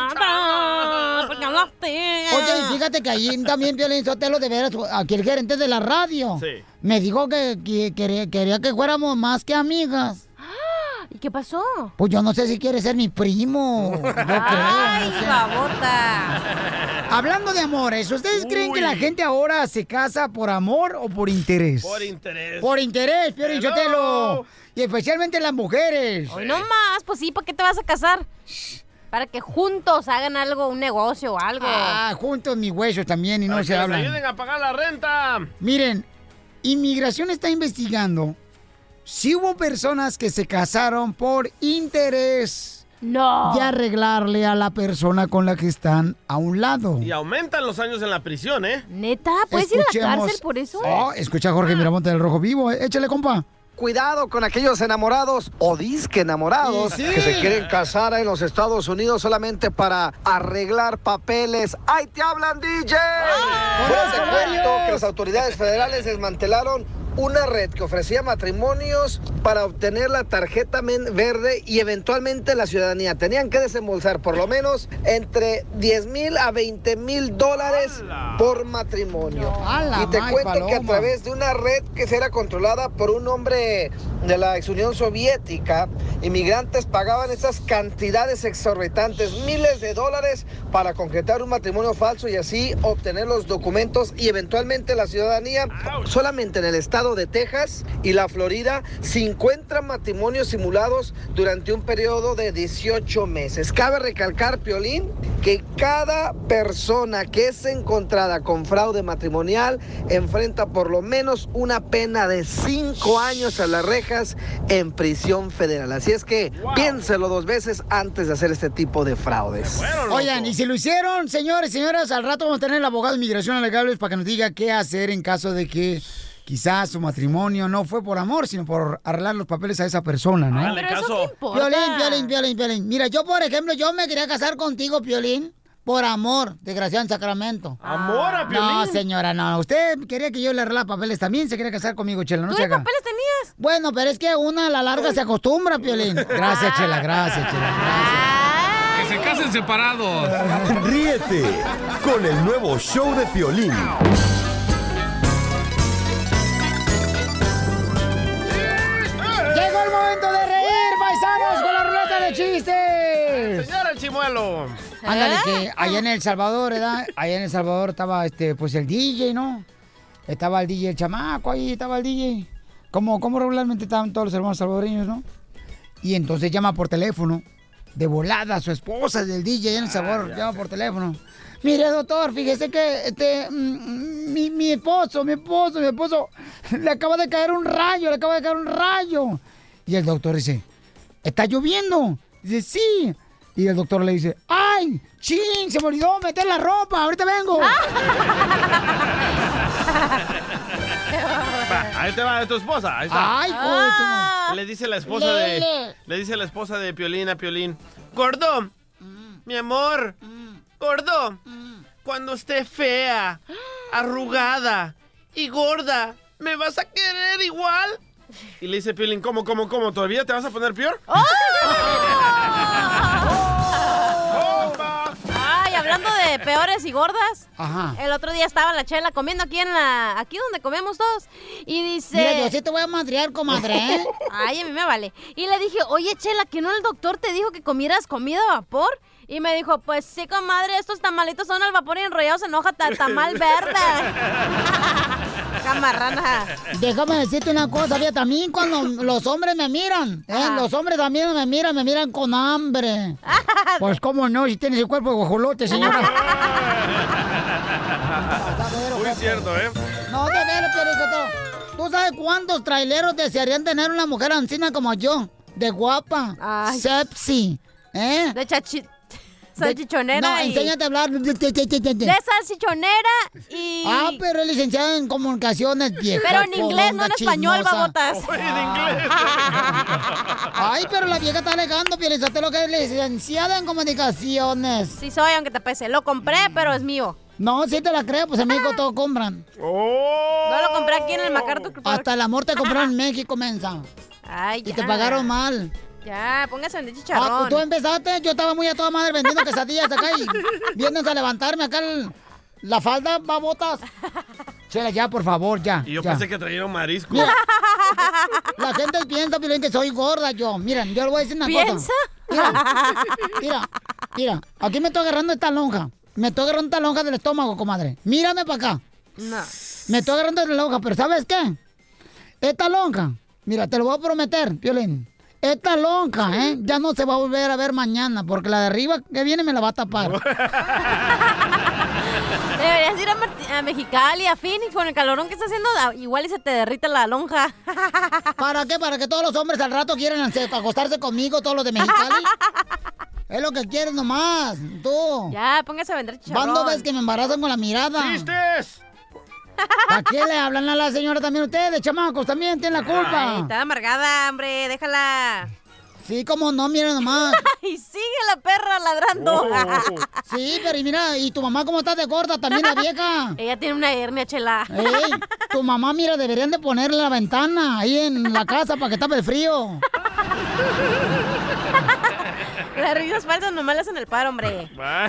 comadre, ¿por qué hablaste? Oye, y fíjate que allí también, Piolín Sotelo, de veras, aquí el gerente de la radio me dijo que quería que fuéramos más que amigas. ¿Y qué pasó? Pues yo no sé si quiere ser mi primo. Yo creo. ¡Ay, no sé. babota! Hablando de amores, ¿ustedes creen que la gente ahora se casa por amor o por interés? Por interés. Por interés, Piolín Sotelo. Y especialmente las mujeres. Hoy no más, pues sí, ¿para qué te vas a casar? Para que juntos hagan algo, un negocio o algo. Juntos mis huesos también y no se hablan. Ayuden a pagar la renta. Miren, Inmigración está investigando si hubo personas que se casaron por interés de arreglarle a la persona con la que están a un lado. Y aumentan los años en la prisión, ¿eh? ¿Neta? ¿Puedes ir a la cárcel por eso? Escucha a Jorge Miramonte del Rojo Vivo. Échale, compa. Cuidado con aquellos enamorados o disque enamorados que se quieren casar en los Estados Unidos solamente para arreglar papeles. ¡Ay, te hablan, DJ! Pues te cuento que las autoridades federales desmantelaron una red que ofrecía matrimonios para obtener la tarjeta verde y eventualmente la ciudadanía. Tenían que desembolsar por lo menos entre $10,000 a $20,000 por matrimonio. Y te cuento que a través de una red que era controlada por un hombre de la ex Unión Soviética, inmigrantes pagaban esas cantidades exorbitantes, miles de dólares, para concretar un matrimonio falso y así obtener los documentos y eventualmente la ciudadanía. Solamente en el estado de Texas y la Florida 50 matrimonios simulados durante un periodo de 18 meses. Cabe recalcar, Piolín, que cada persona que es encontrada con fraude matrimonial enfrenta por lo menos una pena de 5 años a las rejas en prisión federal. Así es que piénselo 2 veces antes de hacer este tipo de fraudes. Oigan, y si lo hicieron, señores, señoras, al rato vamos a tener el abogado de inmigración legal para que nos diga qué hacer en caso de que quizás su matrimonio no fue por amor, sino por arreglar los papeles a esa persona, ¿no? Dale caso. Piolín. Mira, yo, por ejemplo, yo me quería casar contigo, Piolín, por amor, desgraciado en Sacramento. ¿Amor a Piolín? No, señora, no. Usted quería que yo le arreglara papeles. También se quería casar conmigo, Chela. ¿Tú qué papeles tenías? Bueno, pero es que una a la larga se acostumbra, Piolín. Gracias, Chela, gracias. Que se casen separados. Ríete con el nuevo show de Piolín. Llegó el momento de reír, paisanos, con la ruleta de chistes. Señora el chimuelo. Ándale, que allá en El Salvador, ¿verdad? Allá en El Salvador estaba, pues, el DJ, ¿no? Estaba el DJ, el chamaco, ahí estaba el DJ. Como regularmente estaban todos los hermanos salvadoreños, ¿no? Y entonces llama por teléfono, de volada, a su esposa del DJ allá en El Salvador, llama por teléfono. Mire, doctor, fíjese que mi esposo, le acaba de caer un rayo. Y el doctor dice, ¿está lloviendo? Dice, sí. Y el doctor le dice, ¡ay, chin! Se me olvidó meter la ropa, ahorita vengo. Ahí te va de tu esposa. Ahí está. Ay, joder, Le dice la esposa de Piolín a Piolín, gordo, mi amor, gordo, cuando esté fea, arrugada y gorda, ¿me vas a querer igual? Y le dice Piolín, ¿cómo? ¿Todavía te vas a poner peor? Ay, hablando de peores y gordas. Ajá. El otro día estaba la Chela comiendo aquí donde comemos todos. Y dice... Mira, yo sí te voy a madrear, comadre, ¿eh? Ay, a mí me vale. Y le dije, oye, Chela, ¿que no el doctor te dijo que comieras comida a vapor? Y me dijo, pues sí, comadre, estos tamalitos son al vapor y enrollados en hoja tamal verde. Camarrana. Déjame decirte una cosa, fíjate, a mí cuando los hombres me miran, los hombres también me miran con hambre. Pues cómo no, si tienes el cuerpo de guajolote, señora. Muy cierto, ¿eh? No, de veras, pero ¿tú sabes cuántos traileros desearían tener una mujer ancina como yo? De guapa, sexy, ¿eh? De salchichonera. No, enséñate a hablar. De salchichonera y... pero es licenciada en comunicaciones, vieja. Pero en inglés, no en español, babotas. En inglés. Ay, pero la vieja está alegando, Piolizotelo, que es licenciada en comunicaciones. Sí soy, aunque te pese. Lo compré, pero es mío. No, sí te la creo, pues en México todo compran. No lo compré aquí en el MacArthur. Hasta el amor te compraron en México, mensa. Ay, ya. Y te pagaron mal. Ya, póngase a vender chicharrón. Tú empezaste, yo estaba muy a toda madre vendiendo quesadillas acá y vienes a levantarme acá la falda, babotas. Chela, ya, por favor, ya. Y yo pensé que trajeron marisco. Mira, la gente piensa, Piolín, que soy gorda yo. Miren, yo le voy a decir una cosa. Mira, aquí me estoy agarrando esta lonja. Me estoy agarrando esta lonja del estómago, comadre. Mírame para acá. No. Me estoy agarrando esta lonja, pero ¿sabes qué? Esta lonja, mira, te lo voy a prometer, Piolín. Esta lonja, ya no se va a volver a ver mañana, porque la de arriba que viene me la va a tapar. Deberías ir a Mexicali, a Phoenix, con el calorón que está haciendo, igual y se te derrite la lonja. ¿Para qué? ¿Para que todos los hombres al rato quieran acostarse conmigo, todos los de Mexicali? Es lo que quieres nomás, tú. Ya, póngase a vender chicharrón. ¿Cuándo ves que me embarazan con la mirada? ¡Chistes! ¿A qué le hablan a la señora también ustedes, chamacos? También tienen la culpa. Ay, está amargada, hombre, déjala. Sí, cómo no, mira nomás. Y sigue la perra ladrando. Sí, pero y mira, ¿y tu mamá cómo está de gorda también, la vieja? Ella tiene una hernia, Chela. Ey, tu mamá, mira, deberían de ponerle la ventana ahí en la casa para que tape el frío. Las risas falsas nomás le hacen el paro, hombre.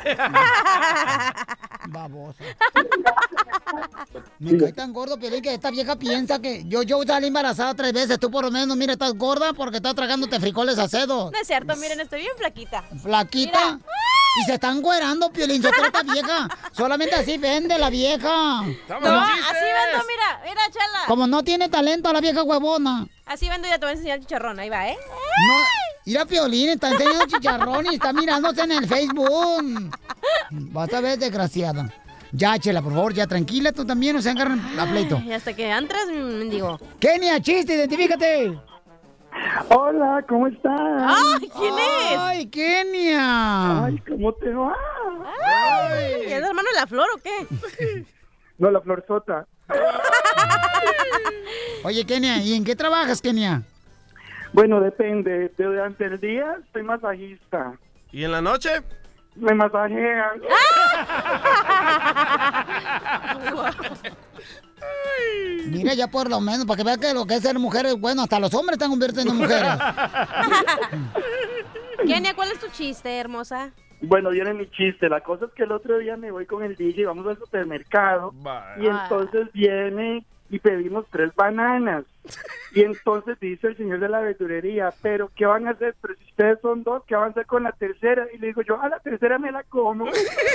Babosa. Me cae tan gordo, Piolín, que esta vieja piensa que yo salí embarazada 3 veces. Tú por lo menos, mira, estás gorda porque estás tragándote frijoles acedos. No es cierto, miren, estoy bien flaquita. ¿Flaquita? Mira. Y se están güerando, Piolín, esta vieja. Solamente así vende la vieja. No, así vendo, mira, Chela. Como no tiene talento la vieja huevona. Así vendo, ya te voy a enseñar el chicharrón, ahí va, ¿eh? No, mira, Piolín, está enseñando chicharrón y está mirándose en el Facebook. Vas a ver, desgraciada. Ya, Chela, por favor, ya tranquila, tú también, no se agarran a pleito. Y hasta que entras, mendigo. Kenia, chiste, identifícate. Hola, ¿cómo estás? ¡Ay, quién es! ¡Ay, Kenia! ¡Ay, cómo te va! ¡Ay! ¿Es hermano de la Flor o qué? No, la Florzota. Oye, Kenia, ¿y en qué trabajas, Kenia? Bueno, depende. Durante el día soy masajista. ¿Y en la noche? Me masajean. Mira, ya por lo menos, para que vean que lo que es ser mujer es bueno. Hasta los hombres están convirtiendo en mujeres. Kenia, ¿cuál es tu chiste, hermosa? Bueno, viene mi chiste. La cosa es que el otro día me voy con el DJ, vamos al supermercado. Y entonces viene y pedimos 3 bananas. Y entonces dice el señor de la verdurería, pero ¿qué van a hacer? Pero si ustedes son 2, ¿qué van a hacer con la tercera? Y le digo yo, a la tercera me la como.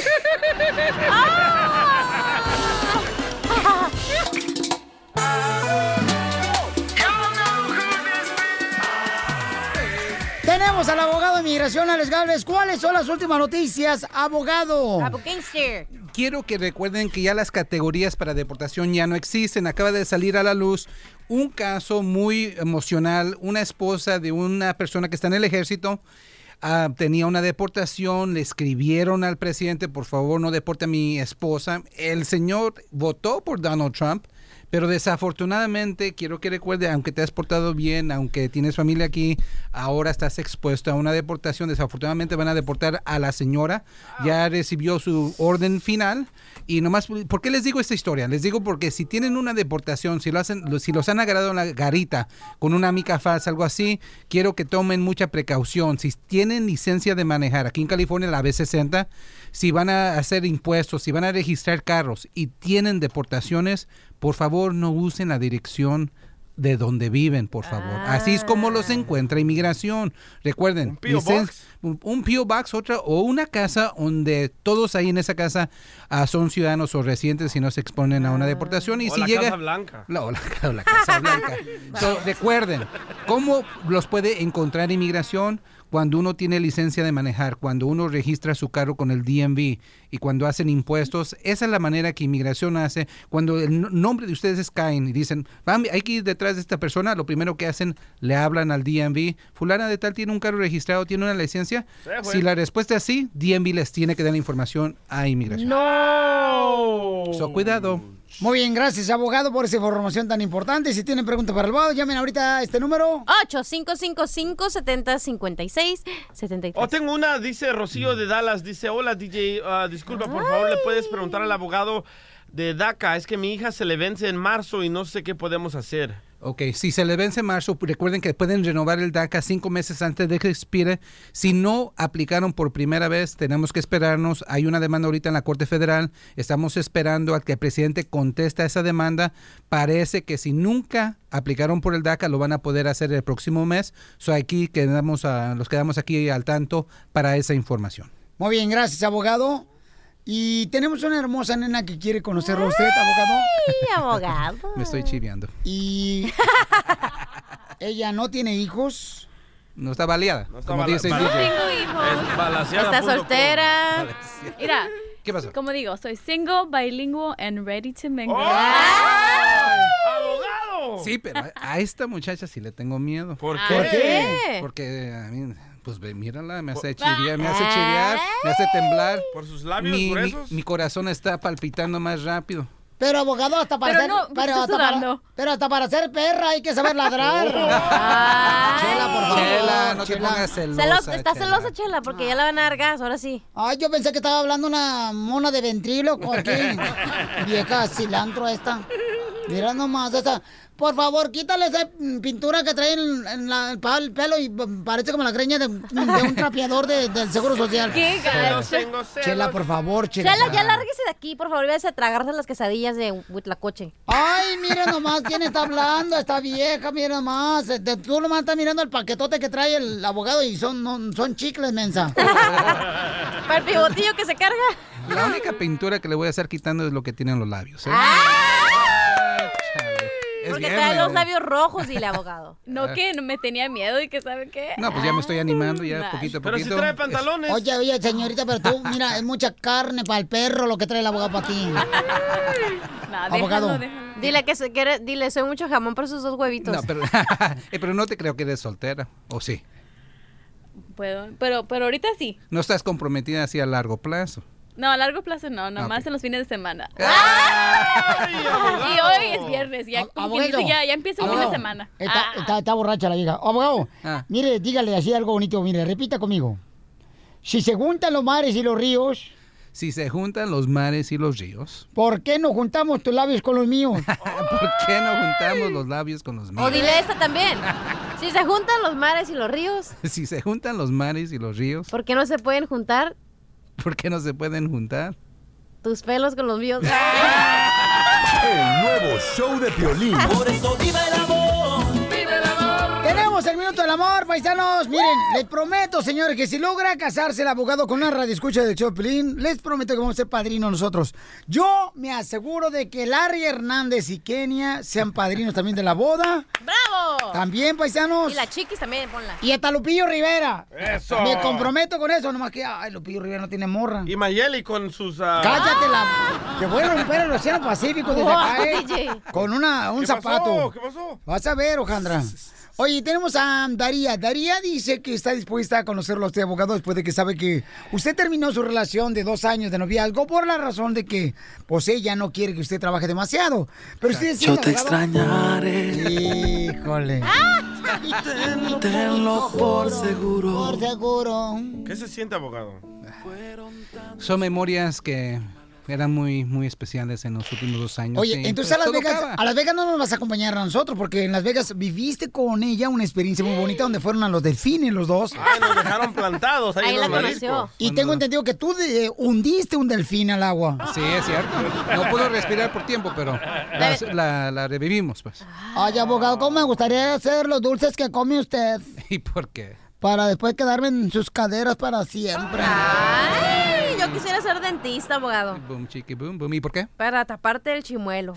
Tenemos al abogado de inmigración, Alex Galvez. ¿Cuáles son las últimas noticias, abogado? Quiero que recuerden que ya las categorías para deportación ya no existen. Acaba de salir a la luz un caso muy emocional. Una esposa de una persona que está en el ejército tenía una deportación. Le escribieron al presidente, por favor, no deporte a mi esposa. El señor votó por Donald Trump, Pero desafortunadamente, quiero que recuerde, aunque te has portado bien, aunque tienes familia aquí, ahora estás expuesto a una deportación. Desafortunadamente van a deportar a la señora. Ya recibió su orden final. Y nomás, ¿por qué les digo esta historia? Les digo porque si tienen una deportación, si los han agarrado en la garita con una mica falsa, algo así, quiero que tomen mucha precaución. Si tienen licencia de manejar, aquí en California la B60, si van a hacer impuestos, si van a registrar carros y tienen deportaciones, por favor no usen la dirección de donde viven, por favor. Así es como los encuentra inmigración. Recuerden, un P.O. Box, o una casa donde todos ahí en esa casa son ciudadanos o residentes y no se exponen a una deportación. Y o si la llega, Casa Blanca. No, la Casa Blanca. Recuerden, ¿cómo los puede encontrar inmigración? Cuando uno tiene licencia de manejar, cuando uno registra su carro con el DMV y cuando hacen impuestos, esa es la manera que inmigración hace. Cuando el nombre de ustedes es Cain y dicen, hay que ir detrás de esta persona, lo primero que hacen, le hablan al DMV, fulana de tal tiene un carro registrado, tiene una licencia. Si la respuesta es sí, DMV les tiene que dar la información a inmigración. ¡No! Cuidado. Muy bien, gracias, abogado, por esa información tan importante. Si tienen preguntas para el abogado, llamen ahorita a este número. 855-570-5673. Tengo una, dice Rocío de Dallas, dice, hola DJ, disculpa, por favor, ¿le puedes preguntar al abogado de DACA? Es que mi hija se le vence en marzo y no sé qué podemos hacer. Ok, si se le vence en marzo, recuerden que pueden renovar el DACA 5 meses antes de que expire. Si no aplicaron por primera vez, tenemos que esperarnos. Hay una demanda ahorita en la Corte Federal. Estamos esperando a que el presidente conteste esa demanda. Parece que si nunca aplicaron por el DACA, lo van a poder hacer el próximo mes. Aquí los quedamos aquí al tanto para esa información. Muy bien, gracias, abogado. Y tenemos una hermosa nena que quiere conocerlo a usted, abogado. Sí, abogado. Me estoy chiviando. Y ella no tiene hijos. No está baleada. No tengo hijos. Está soltera. Mira. ¿Qué pasó? Como digo, soy single, bilingual, and ready to mingle. ¡Abogado! Sí, pero a esta muchacha sí le tengo miedo. ¿Por qué? ¿Por qué? Porque a mí... Pues mírala, me hace chiviar, me hace temblar. ¿Por sus labios gruesos? Mi corazón está palpitando más rápido. Pero abogado, hasta para hasta para ser perra hay que saber ladrar. Chela, por favor. Chela, no te pongas celosa. Está celosa, Chela, porque ya la van a dar gas, ahora sí. Ay, yo pensé que estaba hablando una mona de ventríloco aquí. Vieja cilantro esta. Mira nomás esa. Por favor, quítale esa pintura que trae en el pelo y parece como la greña de un trapeador del Seguro Social. ¡Qué gacho! Chela, por favor, Chela. Chela, ya lárguese de aquí, por favor. Váyase a tragarse las quesadillas de Huitlacoche. Ay, mira nomás quién está hablando, esta vieja, mira nomás. Tú nomás estás mirando el paquetote que trae el abogado y son chicles, mensa. Para el pivotillo que se carga. La única pintura que le voy a estar quitando es lo que tienen los labios, ¿eh? Porque trae los labios rojos, dile, abogado. No, que me tenía miedo y que ¿sabe qué? No, pues ya me estoy animando ya poquito a poquito. Pero si trae pantalones. Oye, señorita, pero tú, mira, es mucha carne para el perro lo que trae el abogado para ti. Abogado. Dile que dile, soy mucho jamón por sus 2 huevitos. No, pero no te creo que eres soltera, ¿o sí? Puedo, pero ahorita sí. No estás comprometida así a largo plazo. No, a largo plazo no, nomás en los fines de semana. ¡Ay, y hoy es viernes, ya empieza el fin de semana. Está borracha la vieja. Abogado, mire, dígale así algo bonito, mire, repita conmigo. Si se juntan los mares y los ríos... Si se juntan los mares y los ríos... ¿Por qué no juntamos tus labios con los míos? ¿Por qué no juntamos los labios con los míos? O dile esta también. Si se juntan los mares y los ríos... Si se juntan los mares y los ríos... ¿Por qué no se pueden juntar? ¿Por qué no se pueden juntar? Tus pelos con los míos. El nuevo show de Piolín. Por eso viva el amor. Viva el amor. Tenemos el minuto del amor, paisanos. Miren, les prometo, señores, que si logra casarse el abogado con una radioescucha del show de Piolín, les prometo que vamos a ser padrinos nosotros. Yo me aseguro de que Larry Hernández y Kenia sean padrinos también de la boda. ¡Bravo! También, paisanos. Y la Chiquis también, ponla. Y hasta Lupillo Rivera. ¡Eso! Me comprometo con eso, nomás que, Lupillo Rivera no tiene morra. Y Mayeli con sus... ¡Cállate que voy a romper el océano Pacífico desde acá, DJ. con un zapato. ¿Qué pasó? Vas a ver, Ojandra. Oye, tenemos a Daría. Daría dice que está dispuesta a conocerlo a usted, abogado, después de que sabe que usted terminó su relación de 2 años de noviazgo por la razón de que, pues, ella no quiere que usted trabaje demasiado. Pero usted decía, Yo te abogado, extrañaré. Híjole. Tenlo por seguro. Por seguro. ¿Qué se siente, abogado? Son memorias que eran muy, muy especiales en los últimos 2 años. Oye, sí, entonces pues, a Las Vegas no nos vas a acompañar a nosotros, porque en Las Vegas viviste con ella una experiencia muy bonita donde fueron a los delfines los dos. Ay, nos dejaron plantados ahí en los mariscos. Y tengo entendido que tú hundiste un delfín al agua. Sí, es cierto. No pudo respirar por tiempo, pero la revivimos, pues. Ay, abogado, ¿cómo me gustaría hacer los dulces que come usted? ¿Y por qué? Para después quedarme en sus caderas para siempre. Ay, yo quisiera ser dentista, abogado. Boom, chiqui, boom, boom. ¿Y por qué? Para taparte el chimuelo.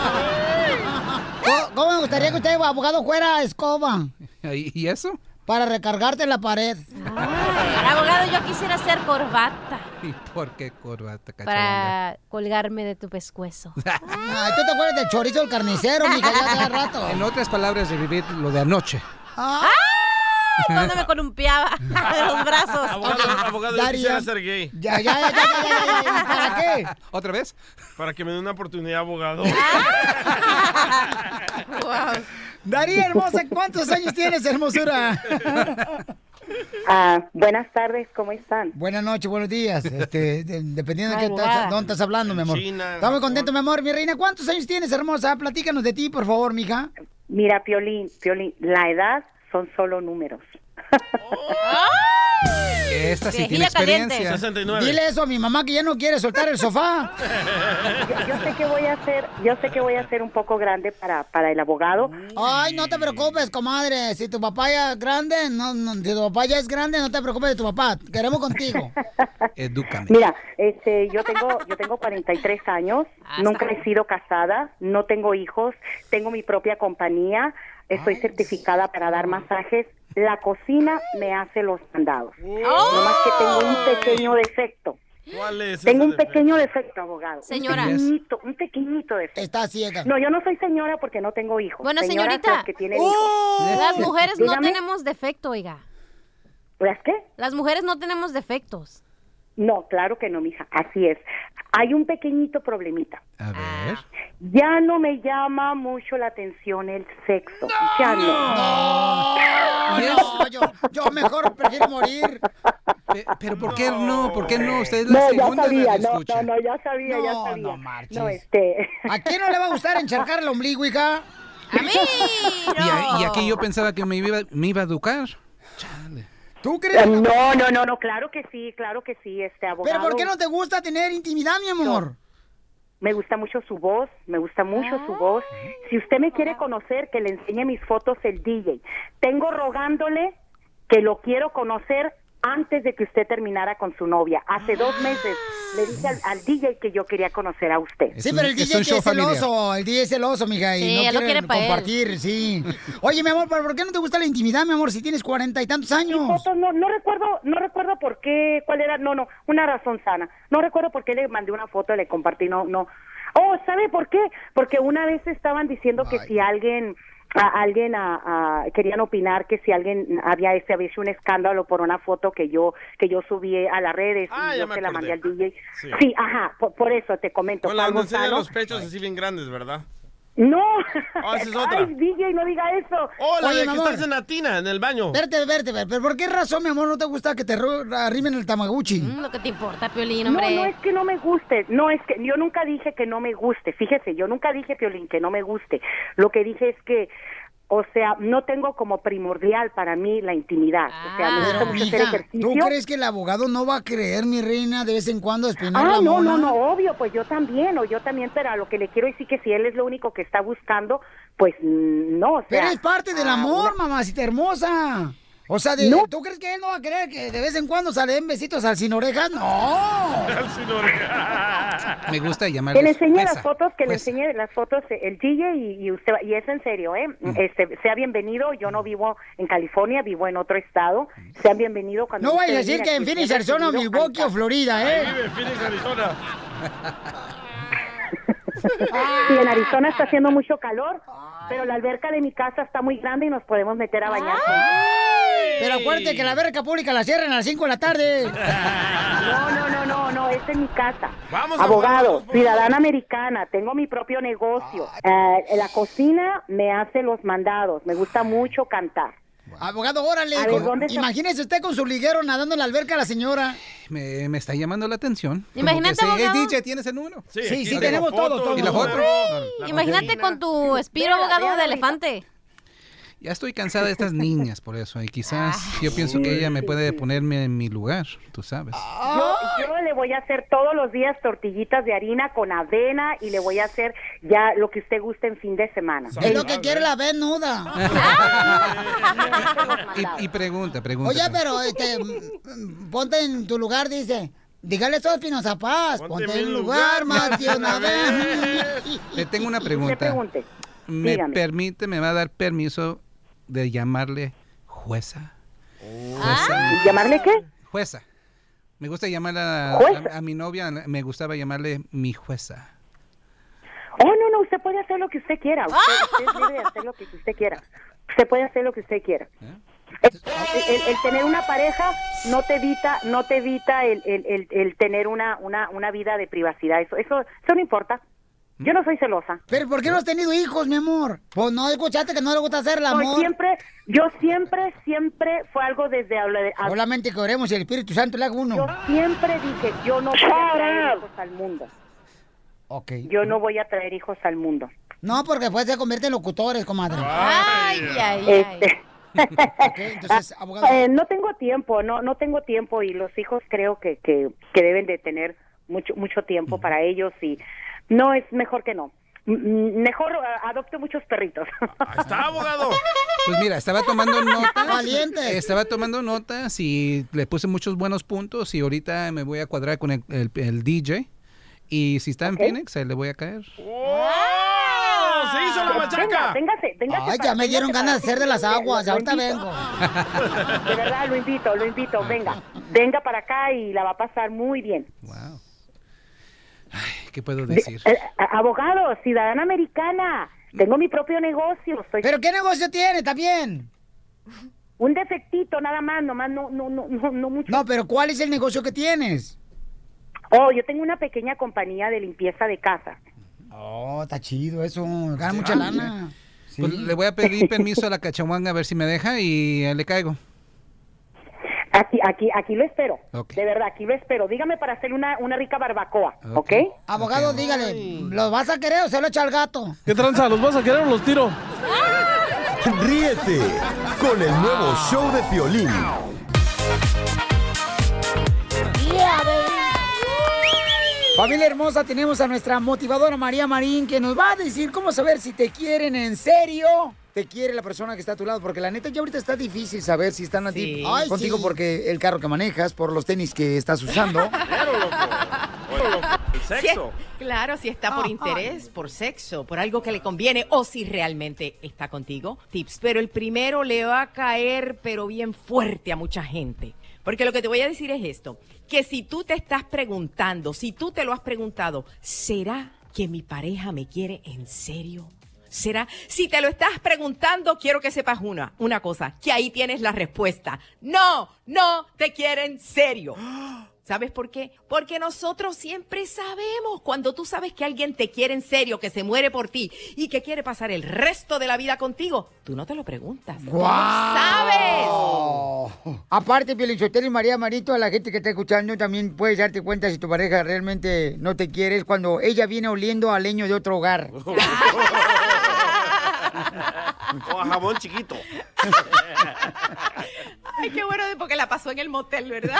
¿Cómo me gustaría que usted, abogado, fuera escoba? ¿Y eso? Para recargarte en la pared. Ay, abogado, yo quisiera ser corbata. ¿Y por qué corbata, cachabamba? Para colgarme de tu pescuezo. Ay, ¿tú te acuerdas del chorizo del carnicero, mija, ya hace rato? En otras palabras, revivir lo de anoche. ¡Ay! Cuando me columpiaba de los brazos. Abogado, yo quisiera ser gay. Ya. ¿Para qué? ¿Otra vez? Para que me dé una oportunidad, abogado. Wow. Daría, hermosa, ¿cuántos años tienes, hermosura? Buenas tardes, ¿cómo están? Buenas noches, buenos días. Dependiendo de Madrugada. dónde estás hablando, mi amor. China, Estamos contentos, mi amor. Mi reina, ¿cuántos años tienes, hermosa? Platícanos de ti, por favor, mija. Mira, Piolín, la edad son solo números. Esta sí Viejilla tiene experiencia. caliente. 69. Dile eso a mi mamá que ya no quiere soltar el sofá. Yo sé que voy a ser un poco grande para el abogado. Ay, no te preocupes, comadre. Si tu papá ya es grande, si tu papá ya es grande, no te preocupes de tu papá. Queremos contigo. Edúcame. Mira, yo tengo 43 años, nunca he sido casada, no tengo hijos, tengo mi propia compañía, estoy certificada para dar masajes. La cocina me hace los mandados. Nomás que tengo un pequeño defecto. ¿Cuál es? Tengo un pequeño defecto, abogado. Señora. Un pequeñito defecto. Está ciega. No, yo no soy señora porque no tengo hijos. Bueno, Señoras señorita. las que tienen hijos. Las mujeres no Dígame. tenemos defecto, oiga. ¿Las qué? Las mujeres no tenemos defectos. No, claro que no, mija. Así es. Hay un pequeñito problemita. A ver. Ya no me llama mucho la atención el sexo. Ya no. No, yo mejor prefiero morir. Pero ¿por qué no? ¿Por qué no? Usted es No, la ya segunda sabía, radioescucha. ya sabía. No marches. No, ¿A quién no le va a gustar encharcar el ombligo, hija? ¡A mí! Y aquí yo pensaba que me iba a educar. Chale. ¿Tú crees? No, claro que sí, abogado. ¿Pero por qué no te gusta tener intimidad, mi amor? Me gusta mucho su voz, Si usted me quiere conocer, que le enseñe mis fotos el DJ. Tengo rogándole que lo quiero conocer antes de que usted terminara con su novia. Hace 2 meses le dije al DJ que yo quería conocer a usted. Sí, pero el DJ es celoso, mija, y Sí, no él lo quiere quiere pa' él. compartir, sí. Oye, mi amor, ¿pero por qué no te gusta la intimidad, mi amor, si tienes 40 y tantos años? Fotos, no recuerdo por qué, cuál era, una razón sana. No recuerdo por qué le mandé una foto y le compartí, no. Oh, ¿sabe por qué? Porque una vez estaban diciendo que si alguien querían opinar que si alguien había hecho un escándalo por una foto que yo subí a las redes y yo se la mandé al DJ. Sí, ajá, por eso te comento. Con la algo enseña sano. los pechos así bien grandes, ¿verdad? No. Esa es otra. Ay, DJ, no diga eso. Hola, Oye, de mi que amor. estás en la tina, en el baño. Verte, pero ¿por qué razón, mi amor, no te gusta que te arrimen el Tamaguchi? Lo que te importa, Piolín, hombre. No es que no me guste, yo nunca dije que no me guste, fíjese, yo nunca dije, Piolín, que no me guste. Lo que dije es que, o sea, no tengo como primordial para mí la intimidad. O sea, me gusta mucho hacer ejercicio. ¿Tú crees que el abogado no va a creer, mi reina, de vez en cuando despinar la no, mona? obvio, pues yo también, pero a lo que le quiero decir que si él es lo único que está buscando, pues no, o sea. Pero es parte del amor, mamacita hermosa. O sea, ¿tú crees que él no va a querer que de vez en cuando se le den besitos al sin orejas? ¡No! Al sin orejas. Me gusta llamar. Que le enseñe las fotos, el DJ y usted, y es en serio, sea bienvenido. Yo no vivo en California, vivo en otro estado. Sean bienvenidos cuando. No vayas a decir que en Phoenix, Arizona, Milwaukee o Florida, Ahí vive en Phoenix, Arizona. Y en Arizona está haciendo mucho calor, pero la alberca de mi casa está muy grande y nos podemos meter a bañar. Pero acuérdate que la alberca pública la cierran a las 5 de la tarde. No, esta es mi casa. Vamos, abogado, ciudadana americana, tengo mi propio negocio. La cocina me hace los mandados, me gusta mucho cantar. Abogado, órale. A ver, ¿dónde está? Imagínese usted con su liguero nadando en la alberca a la señora. Me está llamando la atención. Imagínate, Como que sí, abogado. DJ, ¿tienes el número? Sí, tenemos todo. ¿Y la foto? Imagínate con tu espiro, abogado, de elefante. Ya estoy cansada de estas niñas por eso. Y quizás yo pienso que ella me puede ponerme en mi lugar, tú sabes. Yo le voy a hacer todos los días tortillitas de harina con avena y le voy a hacer ya lo que usted guste en fin de semana. Es lo que quiere la venuda. Y pregunta. Oye, pero ponte en tu lugar, dice. Dígale eso a Espinoza Paz. Ponte en el lugar, más de una vez. Le tengo una pregunta. ¿Me va a dar permiso de llamarle jueza? ¿Llamarle qué? Jueza. Me gusta llamar a mi novia, me gustaba llamarle mi jueza. Oh, no, usted puede hacer lo que usted quiera. Usted es libre de hacer lo que usted quiera. Usted puede hacer lo que usted quiera. El tener una pareja no te evita el tener una vida de privacidad. Eso no importa. Yo no soy celosa. ¿Pero por qué no has tenido hijos, mi amor? Pues no escuchaste que no le gusta hacer el amor. Yo siempre fue algo desde... Solamente que oremos y el Espíritu Santo le haga uno. Yo siempre dije, yo no voy a traer hijos al mundo. Okay. Yo no voy a traer hijos al mundo. No, porque después se convierten en locutores, comadre. Okay, entonces, abogado. No tengo tiempo y los hijos creo que deben de tener mucho tiempo para ellos y no es mejor que no. Mejor adopte muchos perritos. Ahí está, abogado. Pues mira, estaba tomando notas. Valiente. Estaba tomando notas y le puse muchos buenos puntos y ahorita me voy a cuadrar con el DJ. Y si está en Phoenix, ahí le voy a caer. ¡Oh! ¡Se hizo la machaca! Véngase. Ay, ya me dieron ganas de hacer de las aguas. Ahorita vengo. De verdad, lo invito. Venga para acá y la va a pasar muy bien. Wow. Ay, ¿qué puedo decir? Abogado, ciudadana americana. Tengo mi propio negocio. ¿Pero qué negocio tiene también? Un defectito, nada más, no mucho. No, pero ¿cuál es el negocio que tienes? Oh, yo tengo una pequeña compañía de limpieza de casa. Oh, está chido eso. Gana mucha lana. Sí. Pues le voy a pedir permiso a la Cachahuanga a ver si me deja y le caigo. Aquí lo espero. Okay. De verdad, aquí lo espero. Dígame para hacer una rica barbacoa, ¿ok? Abogado, dígale, ¿los vas a querer o se lo echa al gato? ¿Qué tranza? ¿Los vas a querer o los tiro? Ríete con el nuevo show de Piolín. Familia hermosa, tenemos a nuestra motivadora María Marín que nos va a decir cómo saber si te quieren en serio. Te quiere la persona que está a tu lado, porque la neta ya ahorita está difícil saber si están contigo porque el carro que manejas, por los tenis que estás usando. Claro, loco. El sexo. Claro, si está por interés, por sexo, por algo que le conviene o si realmente está contigo. Tips, pero el primero le va a caer pero bien fuerte a mucha gente. Porque lo que te voy a decir es esto, que si tú te estás preguntando, si tú te lo has preguntado, ¿será que mi pareja me quiere en serio? ¿Será? Si te lo estás preguntando, quiero que sepas una cosa, que ahí tienes la respuesta. No te quiere en serio. ¿Sabes por qué? Porque nosotros siempre sabemos, cuando tú sabes que alguien te quiere en serio, que se muere por ti y que quiere pasar el resto de la vida contigo, tú no te lo preguntas. ¡Guau! ¡Sabes! Aparte, Piolichotelo y María Marito, a la gente que está escuchando, también puedes darte cuenta si tu pareja realmente no te quiere, es cuando ella viene oliendo a leño de otro hogar. O a jabón chiquito. Ay, qué bueno, porque la pasó en el motel, ¿verdad?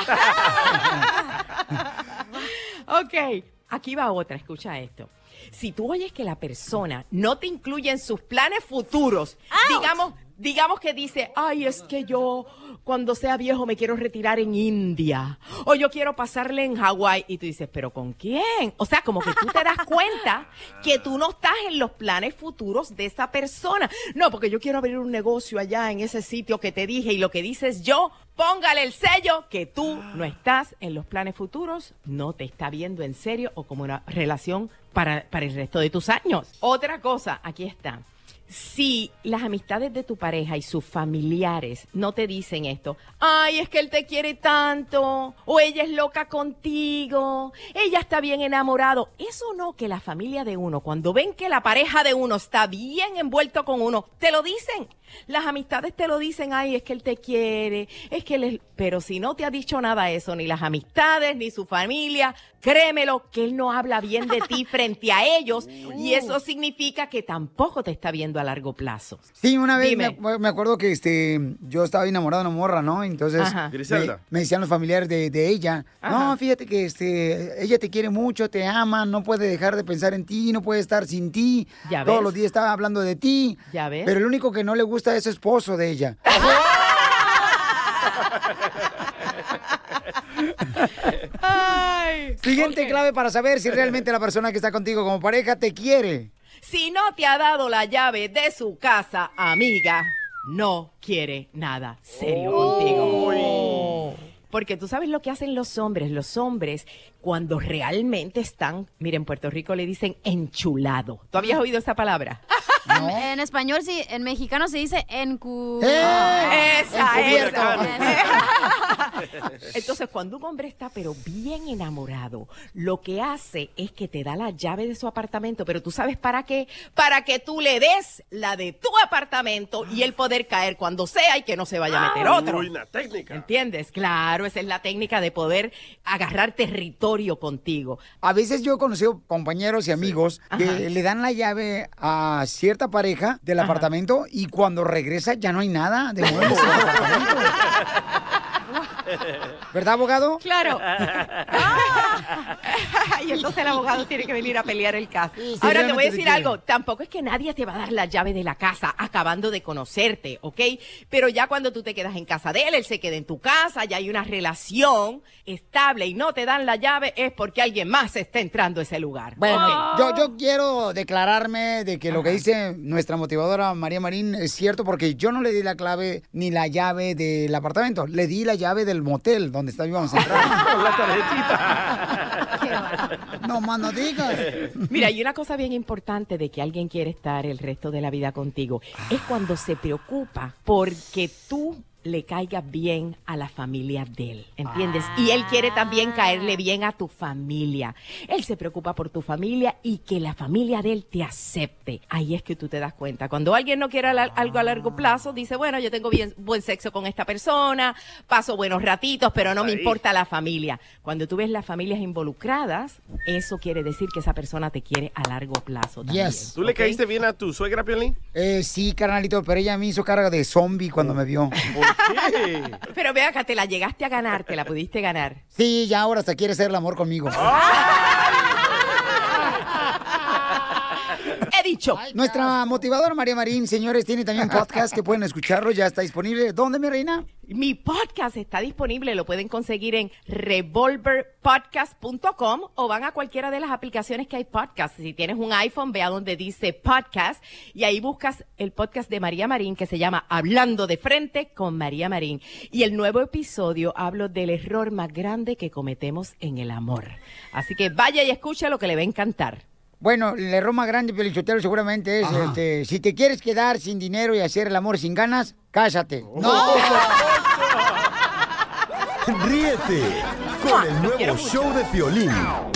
Ok, aquí va otra, escucha esto. Si tú oyes que la persona no te incluye en sus planes futuros, digamos, digamos que dice, ay, es que yo cuando sea viejo me quiero retirar en India, o yo quiero pasarle en Hawái, y tú dices, ¿pero con quién? O sea, como que tú te das cuenta que tú no estás en los planes futuros de esa persona. No, porque yo quiero abrir un negocio allá en ese sitio que te dije, y lo que dices yo, póngale el sello que tú no estás en los planes futuros, no te está viendo en serio o como una relación para el resto de tus años. Otra cosa, aquí está. Si las amistades de tu pareja y sus familiares no te dicen esto, ay, es que él te quiere tanto, o ella es loca contigo, ella está bien enamorado, eso no, que la familia de uno, cuando ven que la pareja de uno está bien envuelto con uno, te lo dicen. Las amistades te lo dicen, ay, es que él te quiere, es que él es... Pero si no te ha dicho nada eso, ni las amistades, ni su familia, créemelo que él no habla bien de ti frente a ellos, y eso significa que tampoco te está viendo a largo plazo. Sí, una vez me acuerdo que yo estaba enamorado de una morra, ¿no? Entonces me decían los familiares de ella, no, fíjate que ella te quiere mucho, te ama, no puede dejar de pensar en ti, no puede estar sin ti. Todos los días estaba hablando de ti. ¿Ya ves? Pero el único que no le gusta es su esposo de ella. Ay, Siguiente clave para saber si realmente la persona que está contigo como pareja te quiere. Si no te ha dado la llave de su casa, amiga, no quiere nada serio contigo. Porque tú sabes lo que hacen los hombres. Los hombres, cuando realmente están, mira, en Puerto Rico le dicen enchulado. ¿Tú habías oído esa palabra? No. En español, sí, en mexicano se dice Esa. Entonces, cuando un hombre está pero bien enamorado, lo que hace es que te da la llave de su apartamento, pero ¿tú sabes para qué? Para que tú le des la de tu apartamento y él poder caer cuando sea y que no se vaya a meter otro. Una técnica. ¿Entiendes? Claro, esa es la técnica de poder agarrar territorio contigo. A veces yo he conocido compañeros y amigos que le dan la llave a cierta pareja del apartamento y cuando regresa ya no hay nada de muebles en el apartamento. ¿Verdad, abogado? Claro. Y entonces el abogado tiene que venir a pelear el caso. Ahora te voy a decir algo. Tampoco es que nadie te va a dar la llave de la casa acabando de conocerte, ¿ok? Pero ya cuando tú te quedas en casa de él, él se queda en tu casa, ya hay una relación estable y no te dan la llave, es porque alguien más está entrando a ese lugar. Bueno, yo quiero declararme de que lo que dice nuestra motivadora María Marín es cierto, porque yo no le di la clave ni la llave del apartamento, le di la llave del motel donde íbamos a entrar. Con la tarjetita. No más no digas. Mira, hay una cosa bien importante de que alguien quiere estar el resto de la vida contigo. Es cuando se preocupa porque tú le caiga bien a la familia de él, ¿entiendes? Y él quiere también caerle bien a tu familia. Él se preocupa por tu familia y que la familia de él te acepte. Ahí es que tú te das cuenta. Cuando alguien no quiere algo a largo plazo, dice, bueno, yo tengo buen sexo con esta persona, paso buenos ratitos, pero no me importa la familia. Cuando tú ves las familias involucradas, eso quiere decir que esa persona te quiere a largo plazo también. ¿Tú le caíste bien a tu suegra, Piolín? Sí, carnalito, pero ella me hizo carga de zombie cuando me vio. ¿Qué? Pero ve acá, te la llegaste a ganar, te la pudiste ganar. Sí, ya ahora hasta quiere hacer el amor conmigo. He dicho. Nuestra motivadora María Marín, señores, tiene también un podcast que pueden escucharlo, ya está disponible. ¿Dónde, mi reina? Mi podcast está disponible, lo pueden conseguir en revolverpodcast.com o van a cualquiera de las aplicaciones que hay podcast. Si tienes un iPhone, ve a donde dice podcast y ahí buscas el podcast de María Marín que se llama Hablando de Frente con María Marín. Y el nuevo episodio hablo del error más grande que cometemos en el amor. Así que vaya y escucha lo que le va a encantar. Bueno, el error más grande, Piolichotelo, seguramente es, si te quieres quedar sin dinero y hacer el amor sin ganas, cásate. ¡No! Ríete con el nuevo show de Piolín.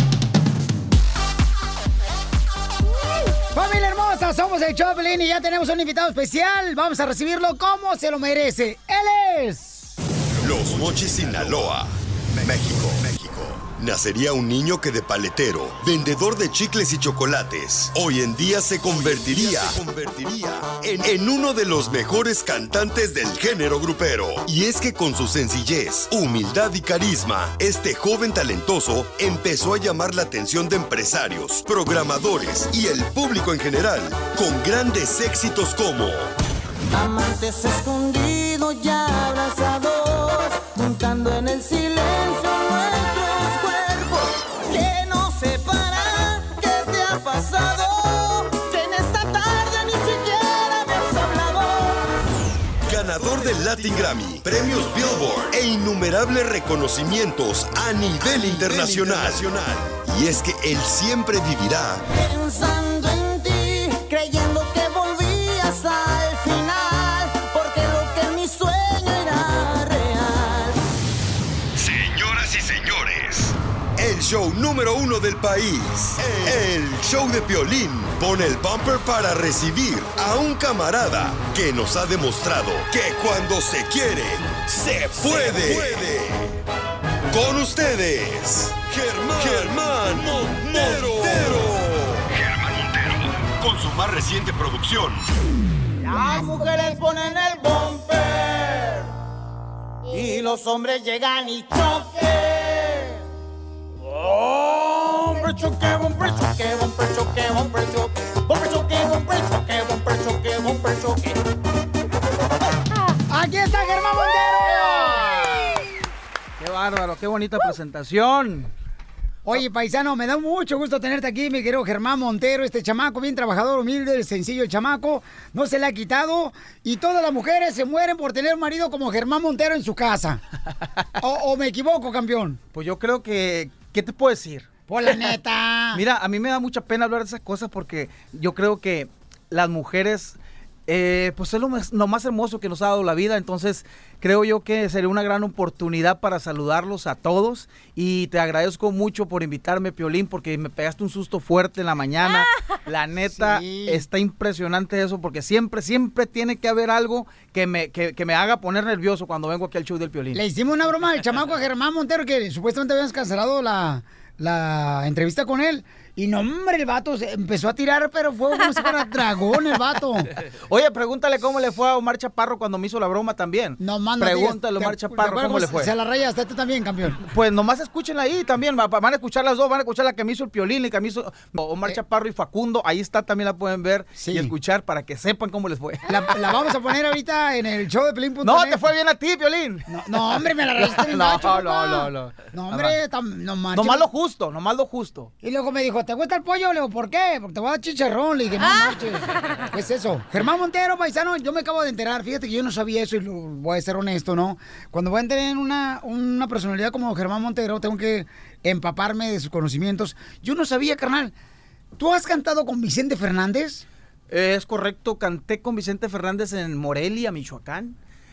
Familia hermosa, somos el Choplin y ya tenemos un invitado especial. Vamos a recibirlo como se lo merece. Él es... Los Mochis, Sinaloa, México. Nacería un niño que de paletero, vendedor de chicles y chocolates, hoy en día se convertiría en uno de los mejores cantantes del género grupero. Y es que con su sencillez, humildad y carisma, este joven talentoso empezó a llamar la atención de empresarios, programadores y el público en general, con grandes éxitos como Amantes escondidos ya abrazados, juntando en el silencio nuestros cuerpos. Que nos separa, ¿qué te ha pasado? Que en esta tarde ni siquiera me has hablado. Ganador del Latin Grammy, premios Billboard e innumerables reconocimientos a nivel internacional. Y es que él siempre vivirá Pensando en ti, creyendo que volvías al final, porque lo que en mi sueño era real. Señoras y señores, el show número 1 del país, el show de Piolín, pone el bumper para recibir a un camarada que nos ha demostrado que cuando se quiere, se puede. Con ustedes, Germán Montero. Germán Montero, con su más reciente producción. Las mujeres ponen el bumper y los hombres llegan y choque. Bumper choque, bumper choque, bumper choque, bumper choque. Bumper choque, bumper choque, bumper choque, bumper choque. ¡Aquí está Germán Montero! ¡Qué bárbaro! ¡Qué bonita presentación! Oye, paisano, me da mucho gusto tenerte aquí, mi querido Germán Montero, este chamaco bien trabajador, humilde, sencillo el chamaco, no se le ha quitado, y todas las mujeres se mueren por tener un marido como Germán Montero en su casa. ¿O me equivoco, campeón? Pues yo creo que, ¿qué te puedo decir? Por la neta. Mira, a mí me da mucha pena hablar de esas cosas porque yo creo que las mujeres, pues es lo más hermoso que nos ha dado la vida, entonces creo yo que sería una gran oportunidad para saludarlos a todos y te agradezco mucho por invitarme, Piolín, porque me pegaste un susto fuerte en la mañana, la neta, está impresionante eso, porque siempre tiene que haber algo que me haga poner nervioso cuando vengo aquí al show del Piolín. Le hicimos una broma al chamaco a Germán Montero que supuestamente habíamos cancelado la entrevista con él. Y no, hombre, el vato se empezó a tirar, pero fue como si fuera dragón el vato. Oye, pregúntale cómo le fue a Omar Chaparro cuando me hizo la broma también. No, manda. Pregúntale a Omar Chaparro cómo le fue. Se la rayaste tú también, campeón. Pues nomás escúchenla ahí también. Van a escuchar las dos. Van a escuchar la que me hizo el Piolín y que me hizo Omar Chaparro y Facundo. Ahí está, también la pueden ver y escuchar para que sepan cómo les fue. La vamos a poner ahorita en el show de Piolín.net. No, te fue bien a ti, Piolín. No, hombre, me la rayaste bien gacho, No, hombre, no manches. Nomás lo justo. Y luego me dijo, ¿te gusta el pollo? Le digo, ¿por qué? Porque te voy a dar chicharrón. Le dije, no marches. ¿Qué es eso? Germán Montero, paisano, yo me acabo de enterar. Fíjate que yo no sabía eso y voy a ser honesto, ¿no? Cuando voy a tener una personalidad como Germán Montero, tengo que empaparme de sus conocimientos. Yo no sabía, carnal. ¿Tú has cantado con Vicente Fernández? Es correcto, canté con Vicente Fernández en Morelia, Michoacán.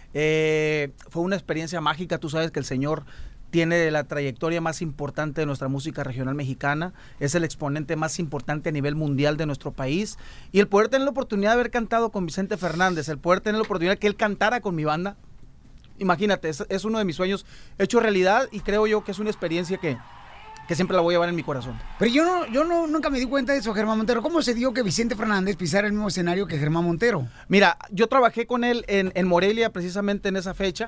Fue una experiencia mágica. Tú sabes que el señor tiene la trayectoria más importante de nuestra música regional mexicana, es el exponente más importante a nivel mundial de nuestro país, y el poder tener la oportunidad de haber cantado con Vicente Fernández, el poder tener la oportunidad de que él cantara con mi banda, imagínate, es uno de mis sueños hecho realidad, y creo yo que es una experiencia que siempre la voy a llevar en mi corazón. Pero yo nunca me di cuenta de eso, Germán Montero. ¿Cómo se dio que Vicente Fernández pisara el mismo escenario que Germán Montero? Mira, yo trabajé con él en Morelia precisamente en esa fecha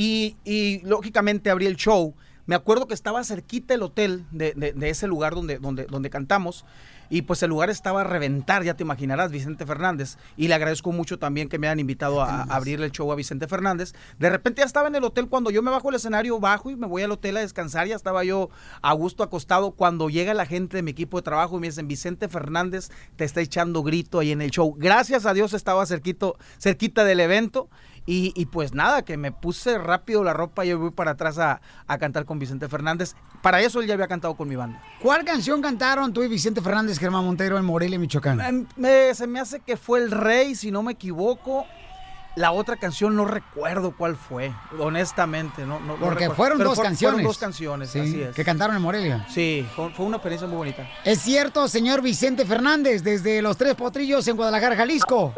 y lógicamente abrí el show. Me acuerdo que estaba cerquita el hotel de ese lugar donde cantamos, y pues el lugar estaba a reventar, ya te imaginarás, Vicente Fernández, y le agradezco mucho también que me hayan invitado a abrirle el show a Vicente Fernández. De repente ya estaba en el hotel, cuando yo me bajo del escenario, bajo y me voy al hotel a descansar, ya estaba yo a gusto acostado, cuando llega la gente de mi equipo de trabajo y me dicen, Vicente Fernández te está echando grito ahí en el show. Gracias a Dios estaba cerquita del evento, y pues nada, que me puse rápido la ropa y yo voy para atrás a cantar con Vicente Fernández. Para eso él ya había cantado con mi banda. ¿Cuál canción cantaron tú y Vicente Fernández, Germán Montero, en Morelia, Michoacán? Se me hace que fue El Rey, si no me equivoco. La otra canción no recuerdo cuál fue, honestamente. Porque no fueron dos canciones. Fueron dos canciones, sí, así es. Que cantaron en Morelia. Sí, fue una experiencia muy bonita. ¿Es cierto, señor Vicente Fernández, desde Los Tres Potrillos en Guadalajara, Jalisco?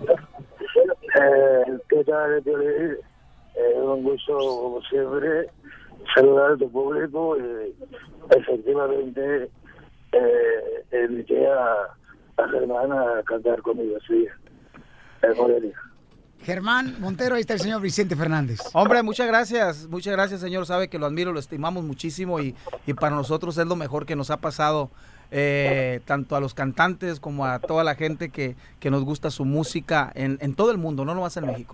¿Qué tal, Piolín? Un gusto, como siempre, saludar a tu público. Efectivamente, invité a Germán a cantar conmigo, sí, en Morelia. Germán Montero, ahí está el señor Vicente Fernández. Hombre, muchas gracias, señor. Sabe que lo admiro, lo estimamos muchísimo y para nosotros es lo mejor que nos ha pasado tanto a los cantantes como a toda la gente que nos gusta su música en todo el mundo, no nomás en México.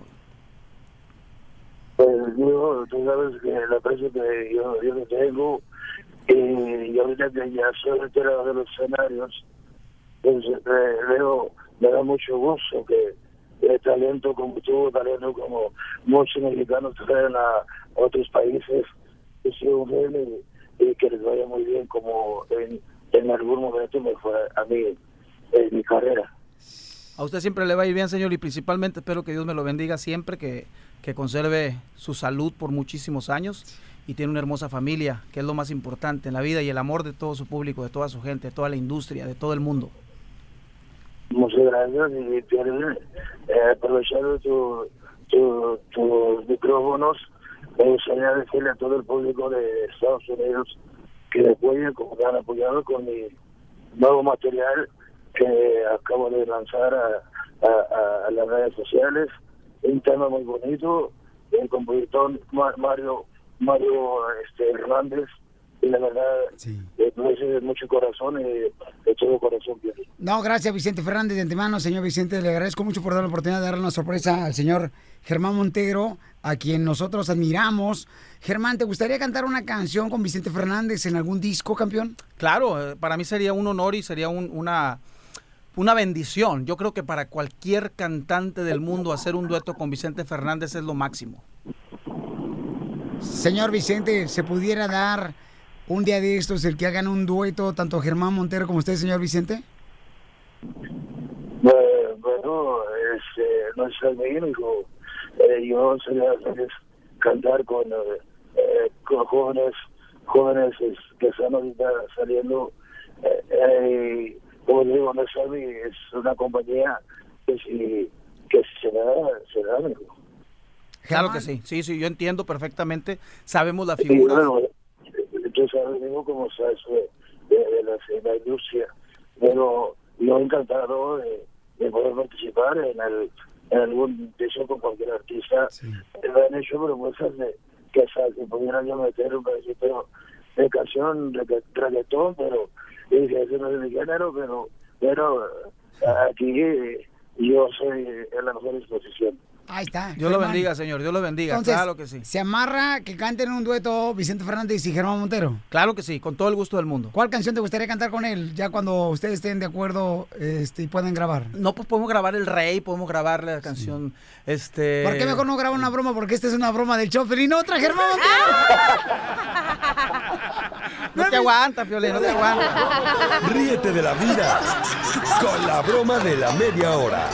Pues yo, tú sabes que el aprecio que yo le tengo, y ahorita que ya soy retirado de los escenarios, pues me da mucho gusto que talento como tú, talento como muchos mexicanos traen a otros países, que sigan bien y que les vaya muy bien, como en algún momento me fue a mí en mi carrera. A usted siempre le va a ir bien, señor, y principalmente espero que Dios me lo bendiga siempre, que conserve su salud por muchísimos años y tiene una hermosa familia, que es lo más importante en la vida, y el amor de todo su público, de toda su gente, de toda la industria, de todo el mundo. Muchas gracias, y aprovechando tus micrófonos, me gustaría decirle a todo el público de Estados Unidos que me apoyen como me han apoyado con mi nuevo material que acabo de lanzar a las redes sociales. Un tema muy bonito, el compositor Mario Hernández, y la verdad, lo hice de mucho corazón y de todo corazón. No, gracias, Vicente Fernández, de antemano, señor Vicente, le agradezco mucho por dar la oportunidad de darle una sorpresa al señor Germán Montero, a quien nosotros admiramos. Germán, ¿te gustaría cantar una canción con Vicente Fernández en algún disco, campeón? Claro, para mí sería un honor y sería una bendición. Yo creo que para cualquier cantante del mundo hacer un dueto con Vicente Fernández es lo máximo. Señor Vicente, ¿se pudiera dar un día de estos el que hagan un dueto tanto Germán Montero como usted, señor Vicente? Bueno, no es el único. Yo sería feliz cantar con jóvenes que están ahorita saliendo. Como digo, no es una compañía que si se da mejor. Claro que sí, sí, yo entiendo perfectamente, sabemos la figura. Sí, bueno, tú sabes, digo, como sabes de la industria, pero yo encantado de poder participar en algún show con cualquier artista. Me han hecho propuestas que pudieran yo meter un pedacito de canción, de reggaetón, pero dije, eso no es mi género, pero aquí yo soy en la mejor disposición. Ahí está. Dios lo bendiga, señor, Dios lo bendiga. Entonces, claro que sí. ¿Se amarra que canten un dueto Vicente Fernández y Germán Montero? Claro que sí, con todo el gusto del mundo. ¿Cuál canción te gustaría cantar con él? Ya cuando ustedes estén de acuerdo y puedan grabar. No, pues podemos grabar El Rey, podemos grabar la canción, ¿Por qué mejor no graba una broma? Porque esta es una broma del chofer y no otra Germán Montero. No te aguanta, Piolín, no te aguanta. Ríete de la vida con la broma de la media hora.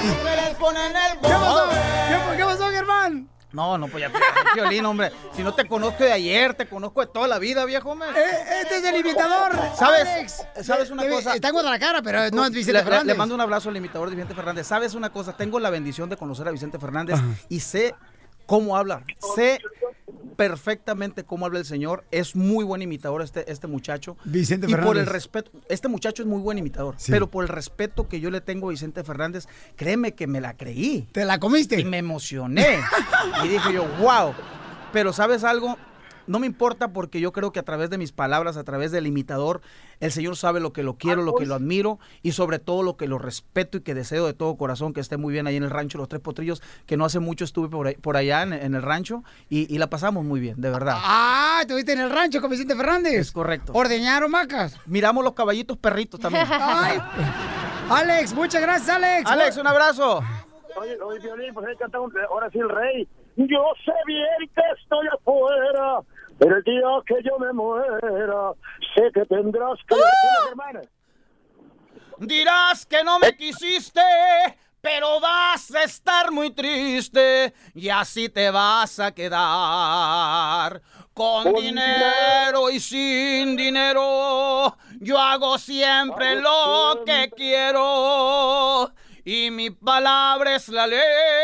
¿Qué pasó, Germán? No, pues ya, Piolín, hombre. Si no te conozco de ayer, te conozco de toda la vida, viejo, hombre. Este es el imitador. ¿Sabes una cosa? Está en Guadalajara, pero no es Vicente Fernández. Le mando un abrazo al imitador de Vicente Fernández. ¿Sabes una cosa? Tengo la bendición de conocer a Vicente Fernández y sé cómo habla. Sé perfectamente cómo habla el señor. Es muy buen imitador este muchacho. Vicente Fernández. Y por el respeto, este muchacho es muy buen imitador, pero por el respeto que yo le tengo a Vicente Fernández, créeme que me la creí. ¿Te la comiste? Y me emocioné. Y dije yo, wow. Pero ¿sabes algo? No me importa porque yo creo que a través de mis palabras, a través del imitador, el Señor sabe lo que lo quiero, lo que lo admiro y sobre todo lo que lo respeto y que deseo de todo corazón que esté muy bien ahí en el rancho Los Tres Potrillos, que no hace mucho estuve por allá en el rancho y la pasamos muy bien, de verdad. Ah, estuviste en el rancho con Vicente Fernández. Es correcto. ¿Ordeñaron vacas? Miramos los caballitos perritos también. Ay, Alex, muchas gracias, Alex. Alex, un abrazo. Oye, Piolín, pues ahí cantamos ahora sí El Rey. Yo sé bien que estoy afuera, pero el día que yo me muera, sé que tendrás que hermana. Dirás que no me quisiste, pero vas a estar muy triste y así te vas a quedar. Con dinero y sin dinero, yo hago siempre lo que quiero y mi palabra es la ley.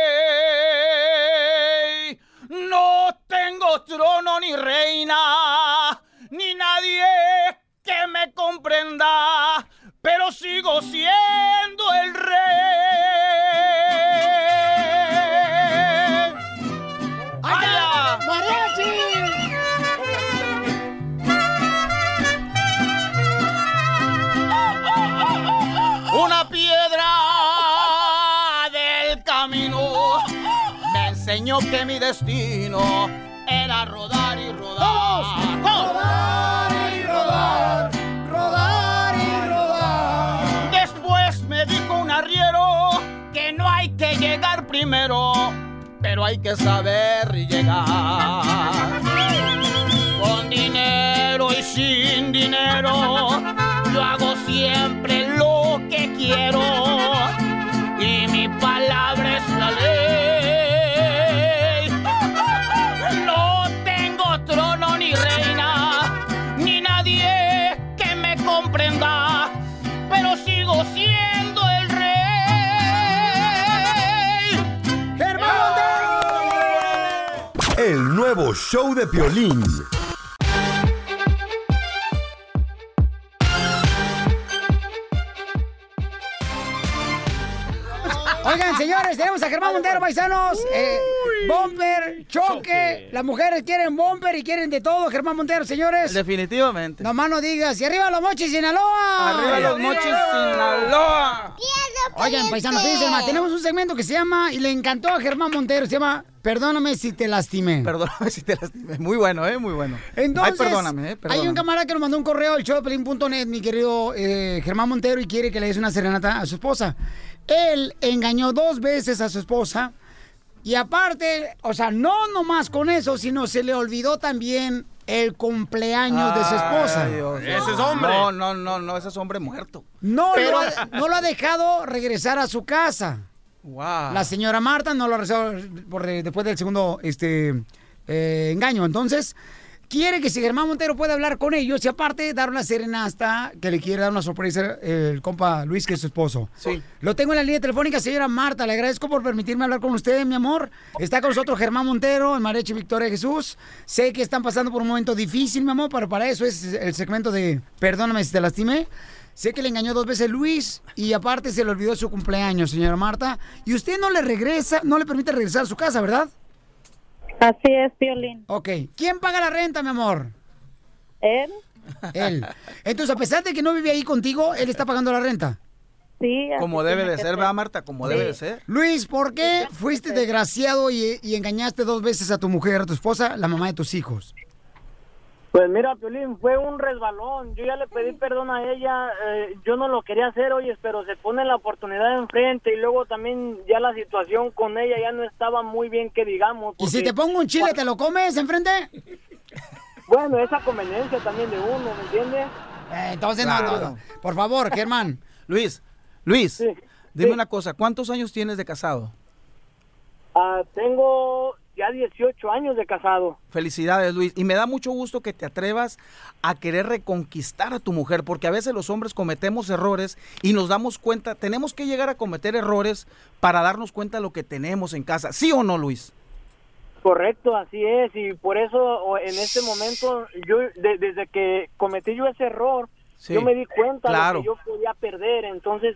No tengo trono ni reina, ni nadie que me comprenda, pero sigo siendo el rey. ¡Allá! ¡Mariachi! enseñó que mi destino era rodar y rodar. Rodar y rodar, rodar y rodar. Después me dijo un arriero que no hay que llegar primero, pero hay que saber llegar. Con dinero y sin dinero, yo hago siempre lo que quiero. Y mi palabra es la ley. No tengo trono ni reina, ni nadie que me comprenda, pero sigo siendo el rey. ¡Germán Montero! El nuevo show de Piolín. Oigan, señores, tenemos a Germán Montero, paisanos. Bumper, choque. Las mujeres quieren bumper y quieren de todo, Germán Montero, señores. Definitivamente. Nomás no digas. ¡Y arriba los Mochis, Sinaloa! ¡Arriba los Mochis, Sinaloa! Oigan, paisanos, fíjense, tenemos un segmento que se llama, y le encantó a Germán Montero, se llama Perdóname si te lastimé. Perdóname si te lastimé. Muy bueno, muy bueno. Entonces, ay, perdóname. Hay un camarada que nos mandó un correo al showdepelín.net, mi querido Germán Montero, y quiere que le des una serenata a su esposa. Él engañó 2 veces a su esposa, y aparte, o sea, no nomás con eso, sino se le olvidó también el cumpleaños de su esposa. Dios, ese es hombre. No, ese es hombre muerto. No lo ha dejado regresar a su casa. Wow. La señora Marta no lo ha regresado después del segundo engaño. Entonces, quiere que si Germán Montero puede hablar con ellos y aparte dar una serenata que le quiere dar una sorpresa el compa Luis, que es su esposo. Sí. Lo tengo en la línea telefónica, señora Marta. Le agradezco por permitirme hablar con usted, mi amor. Está con nosotros Germán Montero, en Mariachi Victoria Jesús. Sé que están pasando por un momento difícil, mi amor, pero para eso es el segmento de Perdóname si te lastimé. Sé que le engañó 2 veces Luis y aparte se le olvidó su cumpleaños, señora Marta. Y usted no le permite regresar a su casa, ¿verdad? Así es, Piolín. Ok. ¿Quién paga la renta, mi amor? Él. Él. Entonces, a pesar de que no vive ahí contigo, él está pagando la renta. Sí. Como debe de ser, ¿verdad, Marta? Como debe de ser. Luis, ¿por qué fuiste desgraciado y engañaste 2 veces a tu mujer, a tu esposa, la mamá de tus hijos? Pues mira, Piolín, fue un resbalón. Yo ya le pedí perdón a ella. Yo no lo quería hacer, oye, pero se pone la oportunidad enfrente y luego también ya la situación con ella ya no estaba muy bien, que digamos. ¿Y si te pongo un chile, te lo comes enfrente? Bueno, esa conveniencia también de uno, ¿me entiendes? Entonces, claro. No. Por favor, Germán. Luis, sí, dime una cosa. ¿Cuántos años tienes de casado? Tengo ya 18 años de casado. Felicidades, Luis. Y me da mucho gusto que te atrevas a querer reconquistar a tu mujer, porque a veces los hombres cometemos errores y nos damos cuenta, tenemos que llegar a cometer errores para darnos cuenta de lo que tenemos en casa. ¿Sí o no, Luis? Correcto, así es. Y por eso en este momento, yo desde que cometí yo ese error, sí, yo me di cuenta de que yo podía perder. Entonces,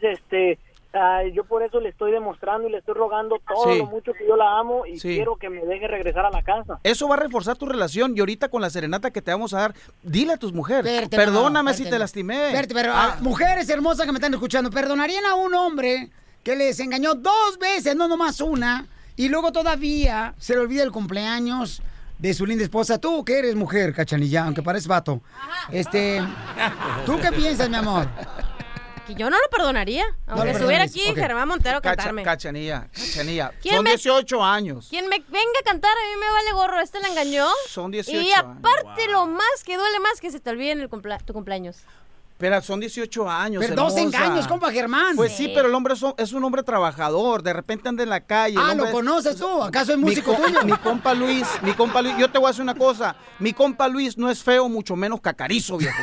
yo por eso le estoy demostrando y le estoy rogando todo lo mucho que yo la amo y quiero que me deje regresar a la casa. Eso va a reforzar tu relación y ahorita con la serenata que te vamos a dar, dile a tus mujeres, perdóname si te lastimé. Pero mujeres hermosas que me están escuchando, ¿perdonarían a un hombre que les engañó 2 veces, no nomás una, y luego todavía se le olvida el cumpleaños de su linda esposa? Tú que eres mujer, Cachanilla, aunque pareces vato. ¿Tú qué piensas, mi amor? Que yo no lo perdonaría, aunque estuviera aquí Germán Montero a cantarme. Cachanilla, son 18 años. Quien me venga a cantar, a mí me vale gorro. ¿Este la engañó? Son 18 años. Y aparte, lo más que duele más que se te olvide tu cumpleaños. Pero son 18 años, pero hermosa. 2 engaños, compa Germán. Pues sí, pero el hombre es un hombre trabajador. De repente anda en la calle. ¿Lo conoces tú? ¿Acaso es músico tuyo? Mi compa Luis, yo te voy a decir una cosa. Mi compa Luis no es feo, mucho menos cacarizo, viejo.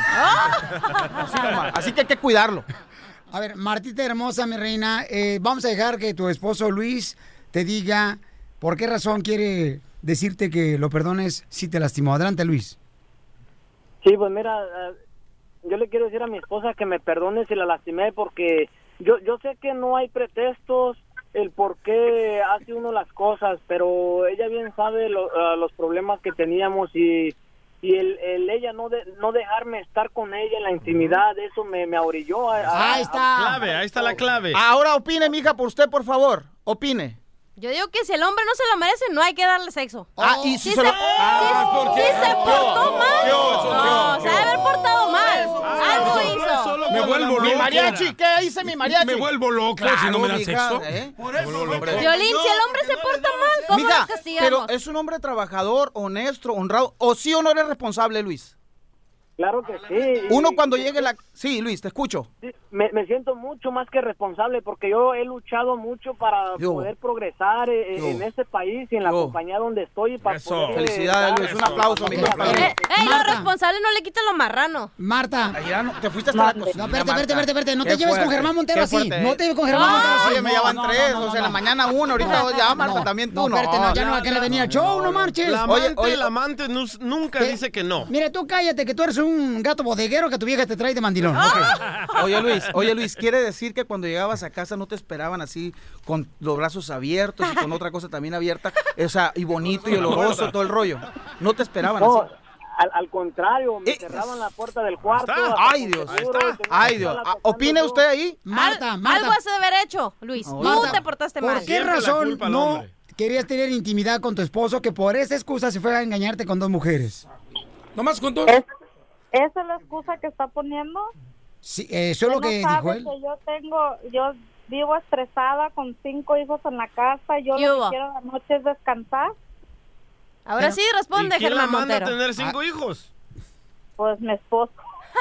Así que hay que cuidarlo. A ver, Martita hermosa, mi reina, vamos a dejar que tu esposo Luis te diga por qué razón quiere decirte que lo perdones si te lastimó. Adelante, Luis. Sí, pues mira, yo le quiero decir a mi esposa que me perdone si la lastimé, porque yo sé que no hay pretextos el por qué hace uno las cosas, pero ella bien sabe los problemas que teníamos y ella no dejarme estar con ella en la intimidad, eso me orilló. Ahí está. Ahí está la clave. Ahora opine, mija, por usted, por favor. Opine. Yo digo que si el hombre no se lo merece, no hay que darle sexo. Y si Sí se lo... si se portó mal. No, se debe haber portado mal. Algo hizo. Me vuelvo loco. Mi mariachi, ¿qué dice mi mariachi? Me vuelvo loco si no me dan sexo. Por eso, Violín, si el hombre se porta mal, ¿cómo Mija, los castigamos? pero es un hombre trabajador, honesto, honrado. ¿O sí o no eres responsable, Luis? Claro que sí. Uno cuando llegue la... Sí, Luis, te escucho. Sí, me siento mucho más que responsable porque yo he luchado mucho para poder progresar en este país y en la compañía donde estoy. Para poder, felicidades, Luis. Un aplauso, mi compa. Los responsables no le quitan lo marrano. Marta. Te fuiste hasta la cocina. No, espérate. No te lleves con Germán Montero así. No te lleves con Germán Montero así. Oye, me llaman tres. O sea, en la mañana uno, ahorita dos. Ya, Marta, también tú. No, espérate, ya no va a querer venir al show, no marches. El amante nunca dice que no. Mira, tú cállate, que tú eres un gato bodeguero que tu vieja te trae de mandilón. Oye Luis, quiere decir que cuando llegabas a casa no te esperaban así con los brazos abiertos y con otra cosa también abierta, o sea, y bonito y oloroso todo el rollo. No te esperaban así. Al contrario, me cerraban la puerta del cuarto. Ay, Dios. Ay, Dios. ¿Opine usted ahí? Marta. Algo has de haber hecho, Luis. Tú te portaste mal. ¿Por qué razón no querías tener intimidad con tu esposo que por esa excusa se fue a engañarte con dos mujeres? ¿Nomás con dos? ¿Esa es la excusa que está poniendo? Sí, eso es lo que dijo él. Que yo vivo estresada con 5 hijos en la casa, yo lo que quiero la noche es descansar. Ahora sí responde Germán Montero. ¿Quién la manda a tener 5 hijos? Pues mi esposo.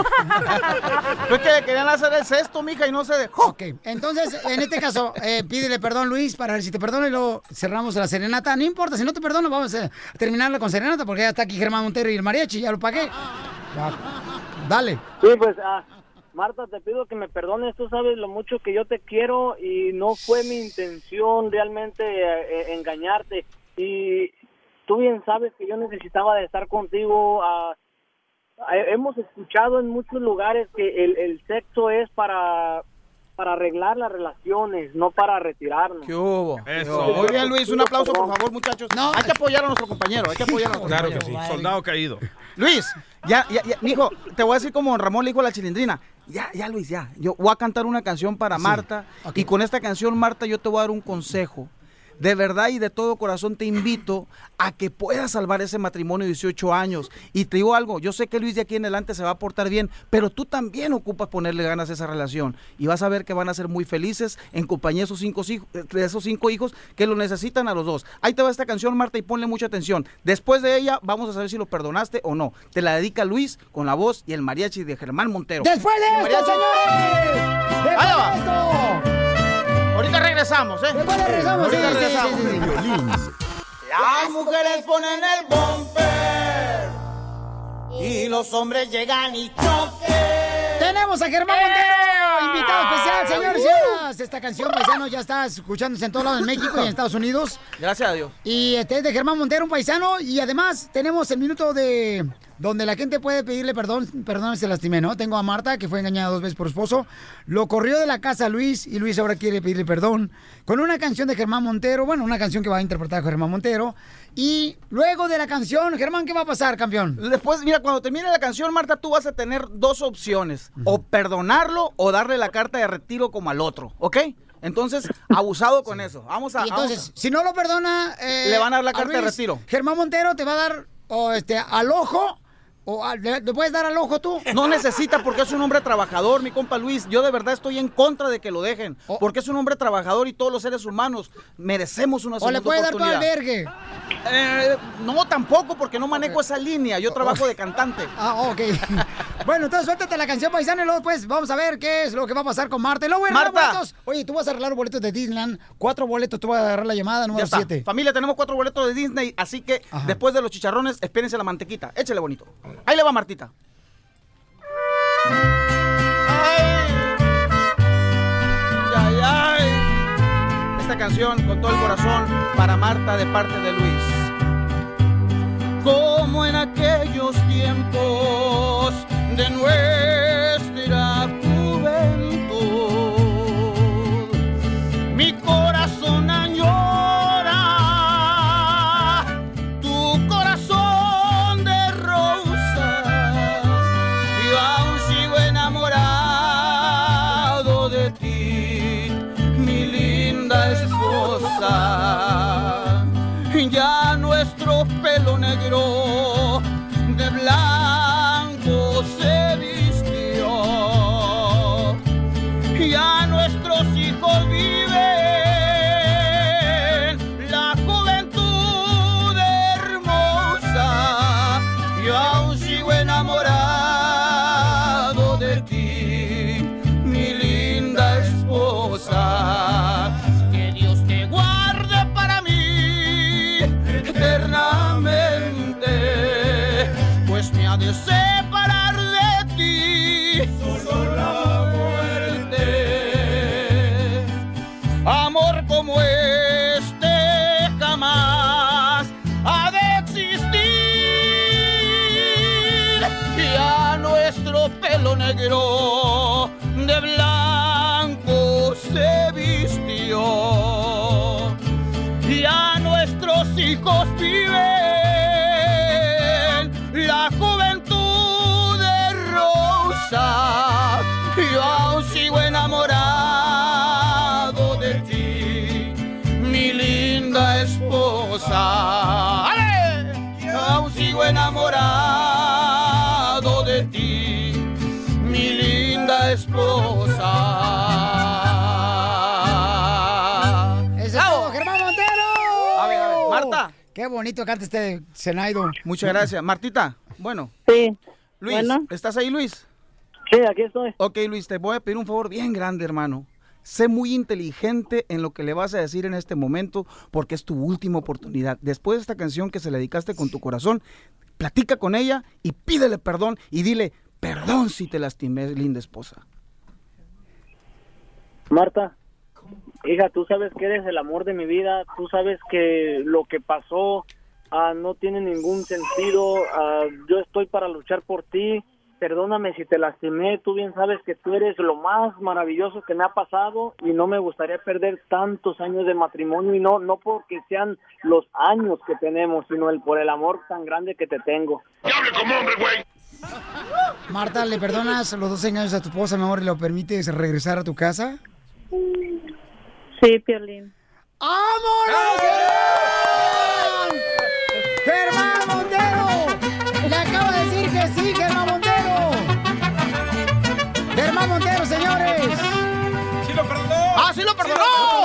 Pues que querían hacer el sexto, mija, y no se dejó. Ok, entonces, en este caso, pídele perdón, Luis, para ver si te perdona y luego cerramos la serenata. No importa, si no te perdono, vamos a terminarla con serenata, porque ya está aquí Germán Montero y el mariachi, ya lo pagué. Dale. Sí, pues, Marta, te pido que me perdones, tú sabes lo mucho que yo te quiero y no fue mi intención realmente engañarte. Y tú bien sabes que yo necesitaba de estar contigo. Hemos escuchado en muchos lugares que el sexo es para arreglar las relaciones, no para retirarnos. ¿Qué hubo? Eso. Muy bien, Luis, un aplauso, por favor, muchachos. No, hay que apoyar a nuestro compañero, Claro que sí, soldado caído. Luis, ya, mijo, te voy a decir como Ramón le dijo a la Chilindrina. Ya, Luis, ya. Yo voy a cantar una canción para Marta. Okay. Y con esta canción, Marta, yo te voy a dar un consejo. De verdad y de todo corazón te invito a que puedas salvar ese matrimonio de 18 años. Y te digo algo, yo sé que Luis de aquí en adelante se va a portar bien, pero tú también ocupas ponerle ganas a esa relación. Y vas a ver que van a ser muy felices en compañía de esos 5 hijos que lo necesitan a los dos. Ahí te va esta canción, Marta, y ponle mucha atención. Después de ella, vamos a saber si lo perdonaste o no. Te la dedica Luis con la voz y el mariachi de Germán Montero. ¡Después de esto, señores! ¡Después de esto! Ahorita regresamos, ¿eh? Después regresamos, sí. Las mujeres ponen el bumper y los hombres llegan y choquen. Tenemos a Germán Montero, invitado especial, señores y señoras. Esta canción, paisano, ya está escuchándose en todos lados en México y en Estados Unidos. Gracias a Dios. Y este es de Germán Montero, un paisano. Y además tenemos el minuto de donde la gente puede pedirle perdón se lastimé, ¿no? Tengo a Marta, que fue engañada 2 veces por su esposo. Lo corrió de la casa Luis, y Luis ahora quiere pedirle perdón. Con una canción de Germán Montero, bueno, una canción que va a interpretar Germán Montero. Y luego de la canción, Germán, ¿qué va a pasar, campeón? Después, mira, cuando termine la canción, Marta, tú vas a tener 2 opciones. O perdonarlo o darle la carta de retiro como al otro, ¿ok? Entonces, abusado con eso. Entonces, si no lo perdona... le van a dar la carta de retiro. Germán Montero te va a dar al ojo... ¿Le puedes dar al ojo tú? No necesita, porque es un hombre trabajador, mi compa Luis. Yo de verdad estoy en contra de que lo dejen. Porque es un hombre trabajador y todos los seres humanos merecemos una segunda oportunidad. ¿O le puede dar tu albergue? No, tampoco, porque no manejo esa línea. Yo trabajo de cantante. Ok. Bueno, entonces suéltate la canción, paisano, y luego pues vamos a ver qué es lo que va a pasar con Marta. Y luego boletos. Oye, tú vas a arreglar boletos de Disneyland. 4 boletos, tú vas a agarrar la llamada número 7. Familia, tenemos 4 boletos de Disney, así que después de los chicharrones, espérense la mantequita. Échale bonito. Ahí le va, Martita. Ay. Esta canción con todo el corazón para Marta de parte de Luis. Como en aquellos tiempos de nuestra juventud, mi corazón añora tu corazón de rosa, y aún sigo enamorado de ti, mi linda esposa. de blanco se vistió. Ya nuestros hijos viven la juventud hermosa. Yo aún sigo enamorado de ti, mi linda esposa. Que Dios te guarde para mí eternamente, pues me ha de separar de ti solo la muerte. Amor como este jamás ha de existir. Ya nuestro pelo negro de blanco se vistió. Ya nuestros hijos viven la juventud de rosa. Yo aún sigo enamorado de ti, mi linda esposa. ¡Ale! Yo aún sigo enamorado de ti, mi linda esposa. ¡Eso es todo, Germán Montero! A ver, Marta. Qué bonito canta este Zenaido. Muchas gracias. Martita, bueno. Sí. Luis, Bueno. ¿estás ahí, Luis? Sí, aquí estoy. Ok, Luis, te voy a pedir un favor bien grande, hermano. Sé muy inteligente en lo que le vas a decir en este momento, porque es tu última oportunidad. Después de esta canción que se le dedicaste con tu corazón, platica con ella y pídele perdón y dile, perdón si te lastimé, linda esposa. Marta, hija, tú sabes que eres el amor de mi vida, tú sabes que lo que pasó no tiene ningún sentido, yo estoy para luchar por ti, perdóname si te lastimé, tú bien sabes que tú eres lo más maravilloso que me ha pasado y no me gustaría perder tantos años de matrimonio y no porque sean los años que tenemos, sino por el amor tan grande que te tengo. ¡Hable como hombre, güey! Marta, ¿le perdonas los 12 años a tu esposa, mi amor, y lo permites regresar a tu casa? Sí, Piolín. ¡Vámonos, Germán! ¡Germán Montero! ¡Le acabo de decir que sí, Germán Montero! ¡Germán Montero, señores! ¡Sí lo perdonó! ¡Ah, sí lo perdonó!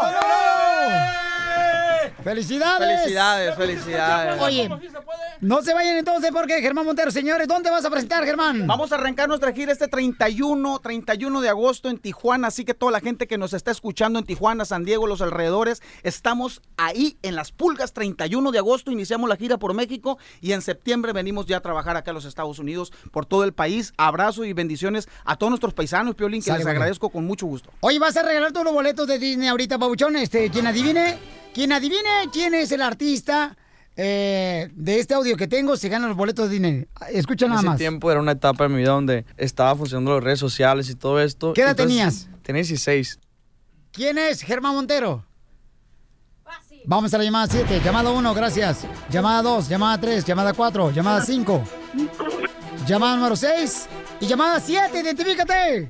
¡Felicidades! Felicidades, felicidades. Oye, no se vayan entonces porque Germán Montero, señores, ¿dónde vas a presentar, Germán? Vamos a arrancar nuestra gira este 31 de agosto en Tijuana, así que toda la gente que nos está escuchando en Tijuana, San Diego, los alrededores, estamos ahí en Las Pulgas, 31 de agosto, iniciamos la gira por México y en septiembre venimos ya a trabajar acá a los Estados Unidos, por todo el país. Abrazo y bendiciones a todos nuestros paisanos, Piolín, que les agradezco con mucho gusto. Oye, vas a regalar todos los boletos de Disney ahorita, pabuchón. Quien adivine quién es el artista de este audio que tengo, se ganan los boletos de Disney. Escucha nada más. Ese tiempo era una etapa en mi vida donde estaba funcionando las redes sociales y todo esto. ¿Qué edad tenías? Tenía 16. ¿Quién es Germán Montero? Vamos a la llamada 7, llamada 1, gracias. Llamada 2, llamada 3, llamada 4, llamada 5. Llamada número 6 y llamada 7, identifícate.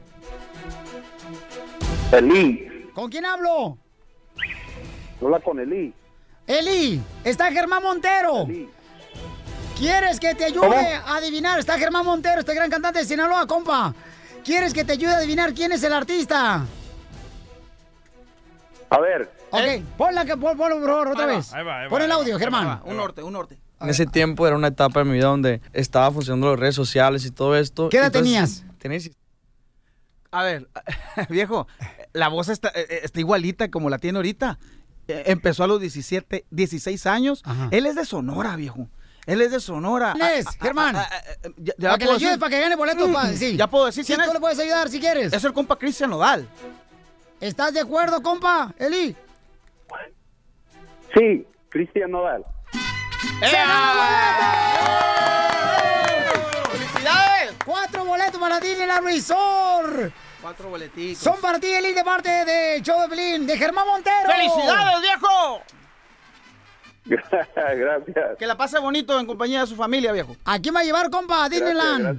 Eli. ¿Con quién hablo? Habla con Eli. Eli, está Germán Montero. Eli. ¿Quieres que te ayude a adivinar? Está Germán Montero, este gran cantante de Sinaloa, compa. ¿Quieres que te ayude a adivinar quién es el artista? A ver. Ok, ponlo por favor otra vez. Ahí va, Pon el audio, Germán. Un norte. En ese tiempo era una etapa en mi vida donde estaba funcionando las redes sociales y todo esto. ¿Qué edad tenías? A ver, viejo, la voz está igualita como la tiene ahorita. Empezó a los 16 años. Ajá. Él es de Sonora, viejo. Él es de Sonora. ¿Quién es, Germán? Para que le ayudes, para que gane boletos. Sí. Ya puedo decir quién es. Tú le puedes ayudar si quieres. Es el compa Cristian Nodal. ¿Estás de acuerdo, compa, Eli? Sí, Cristian Nodal. ¡Felicidades! 4 boletos para Disneyland Resort. 4 boletitos. Son para ti, Eli, de parte de Show de Pelín, de Germán Montero. ¡Felicidades, viejo! Gracias. Que la pase bonito en compañía de su familia, viejo. ¿A quién va a llevar, compa, a Disneyland?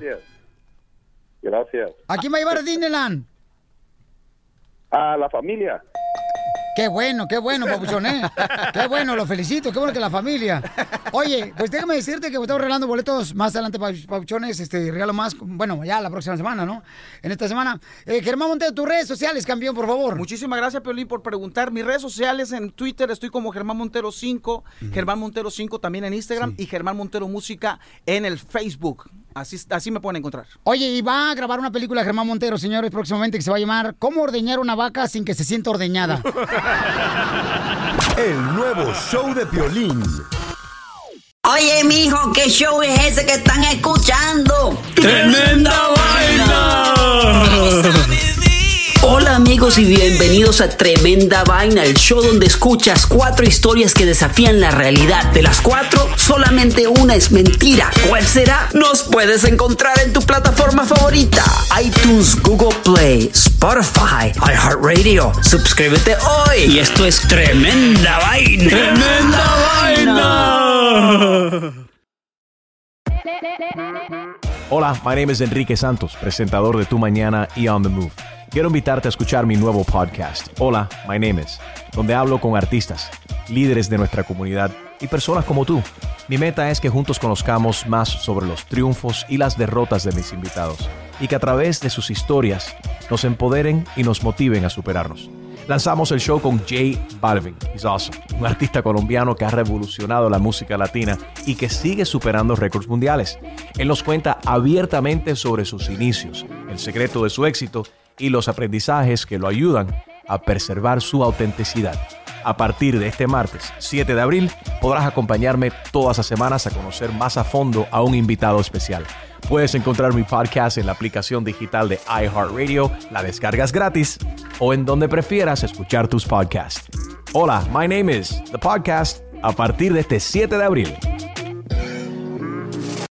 Gracias. ¿A quién va a llevar a Disneyland? A la familia. Qué bueno, papuchón, ¿eh? Qué bueno, lo felicito, qué bueno que la familia. Oye, pues déjame decirte que estamos regalando boletos más adelante, papuchones, regalo más, bueno, ya la próxima semana, ¿no? En esta semana. Germán Montero, tus redes sociales, campeón, por favor. Muchísimas gracias, Piolín, por preguntar. Mis redes sociales en Twitter estoy como Germán Montero 5, Germán Montero 5 también en Instagram y Germán Montero Música en el Facebook. Así me pueden encontrar. Oye, y va a grabar una película Germán Montero, señores, próximamente, que se va a llamar ¿Cómo ordeñar una vaca sin que se sienta ordeñada? El nuevo show de Piolín. Oye, mijo, ¿qué show es ese que están escuchando? ¡Tremenda Vaina! Hola amigos y bienvenidos a Tremenda Vaina, el show donde escuchas 4 historias que desafían la realidad. De las 4, solamente una es mentira. ¿Cuál será? Nos puedes encontrar en tu plataforma favorita: iTunes, Google Play, Spotify, iHeartRadio. Suscríbete hoy. Y esto es Tremenda Vaina. ¡Tremenda Vaina! Hola, my name is Enrique Santos, presentador de Tu Mañana y On The Move. Quiero invitarte a escuchar mi nuevo podcast, Hola, my name is, donde hablo con artistas, líderes de nuestra comunidad y personas como tú. Mi meta es que juntos conozcamos más sobre los triunfos y las derrotas de mis invitados y que a través de sus historias nos empoderen y nos motiven a superarnos. Lanzamos el show con J Balvin, he's awesome, un artista colombiano que ha revolucionado la música latina y que sigue superando récords mundiales. Él nos cuenta abiertamente sobre sus inicios, el secreto de su éxito y los aprendizajes que lo ayudan a preservar su autenticidad. A partir de este martes, 7 de abril, podrás acompañarme todas las semanas a conocer más a fondo a un invitado especial. Puedes encontrar mi podcast en la aplicación digital de iHeartRadio, la descargas gratis, o en donde prefieras escuchar tus podcasts. Hola, my name is The Podcast, a partir de este 7 de abril.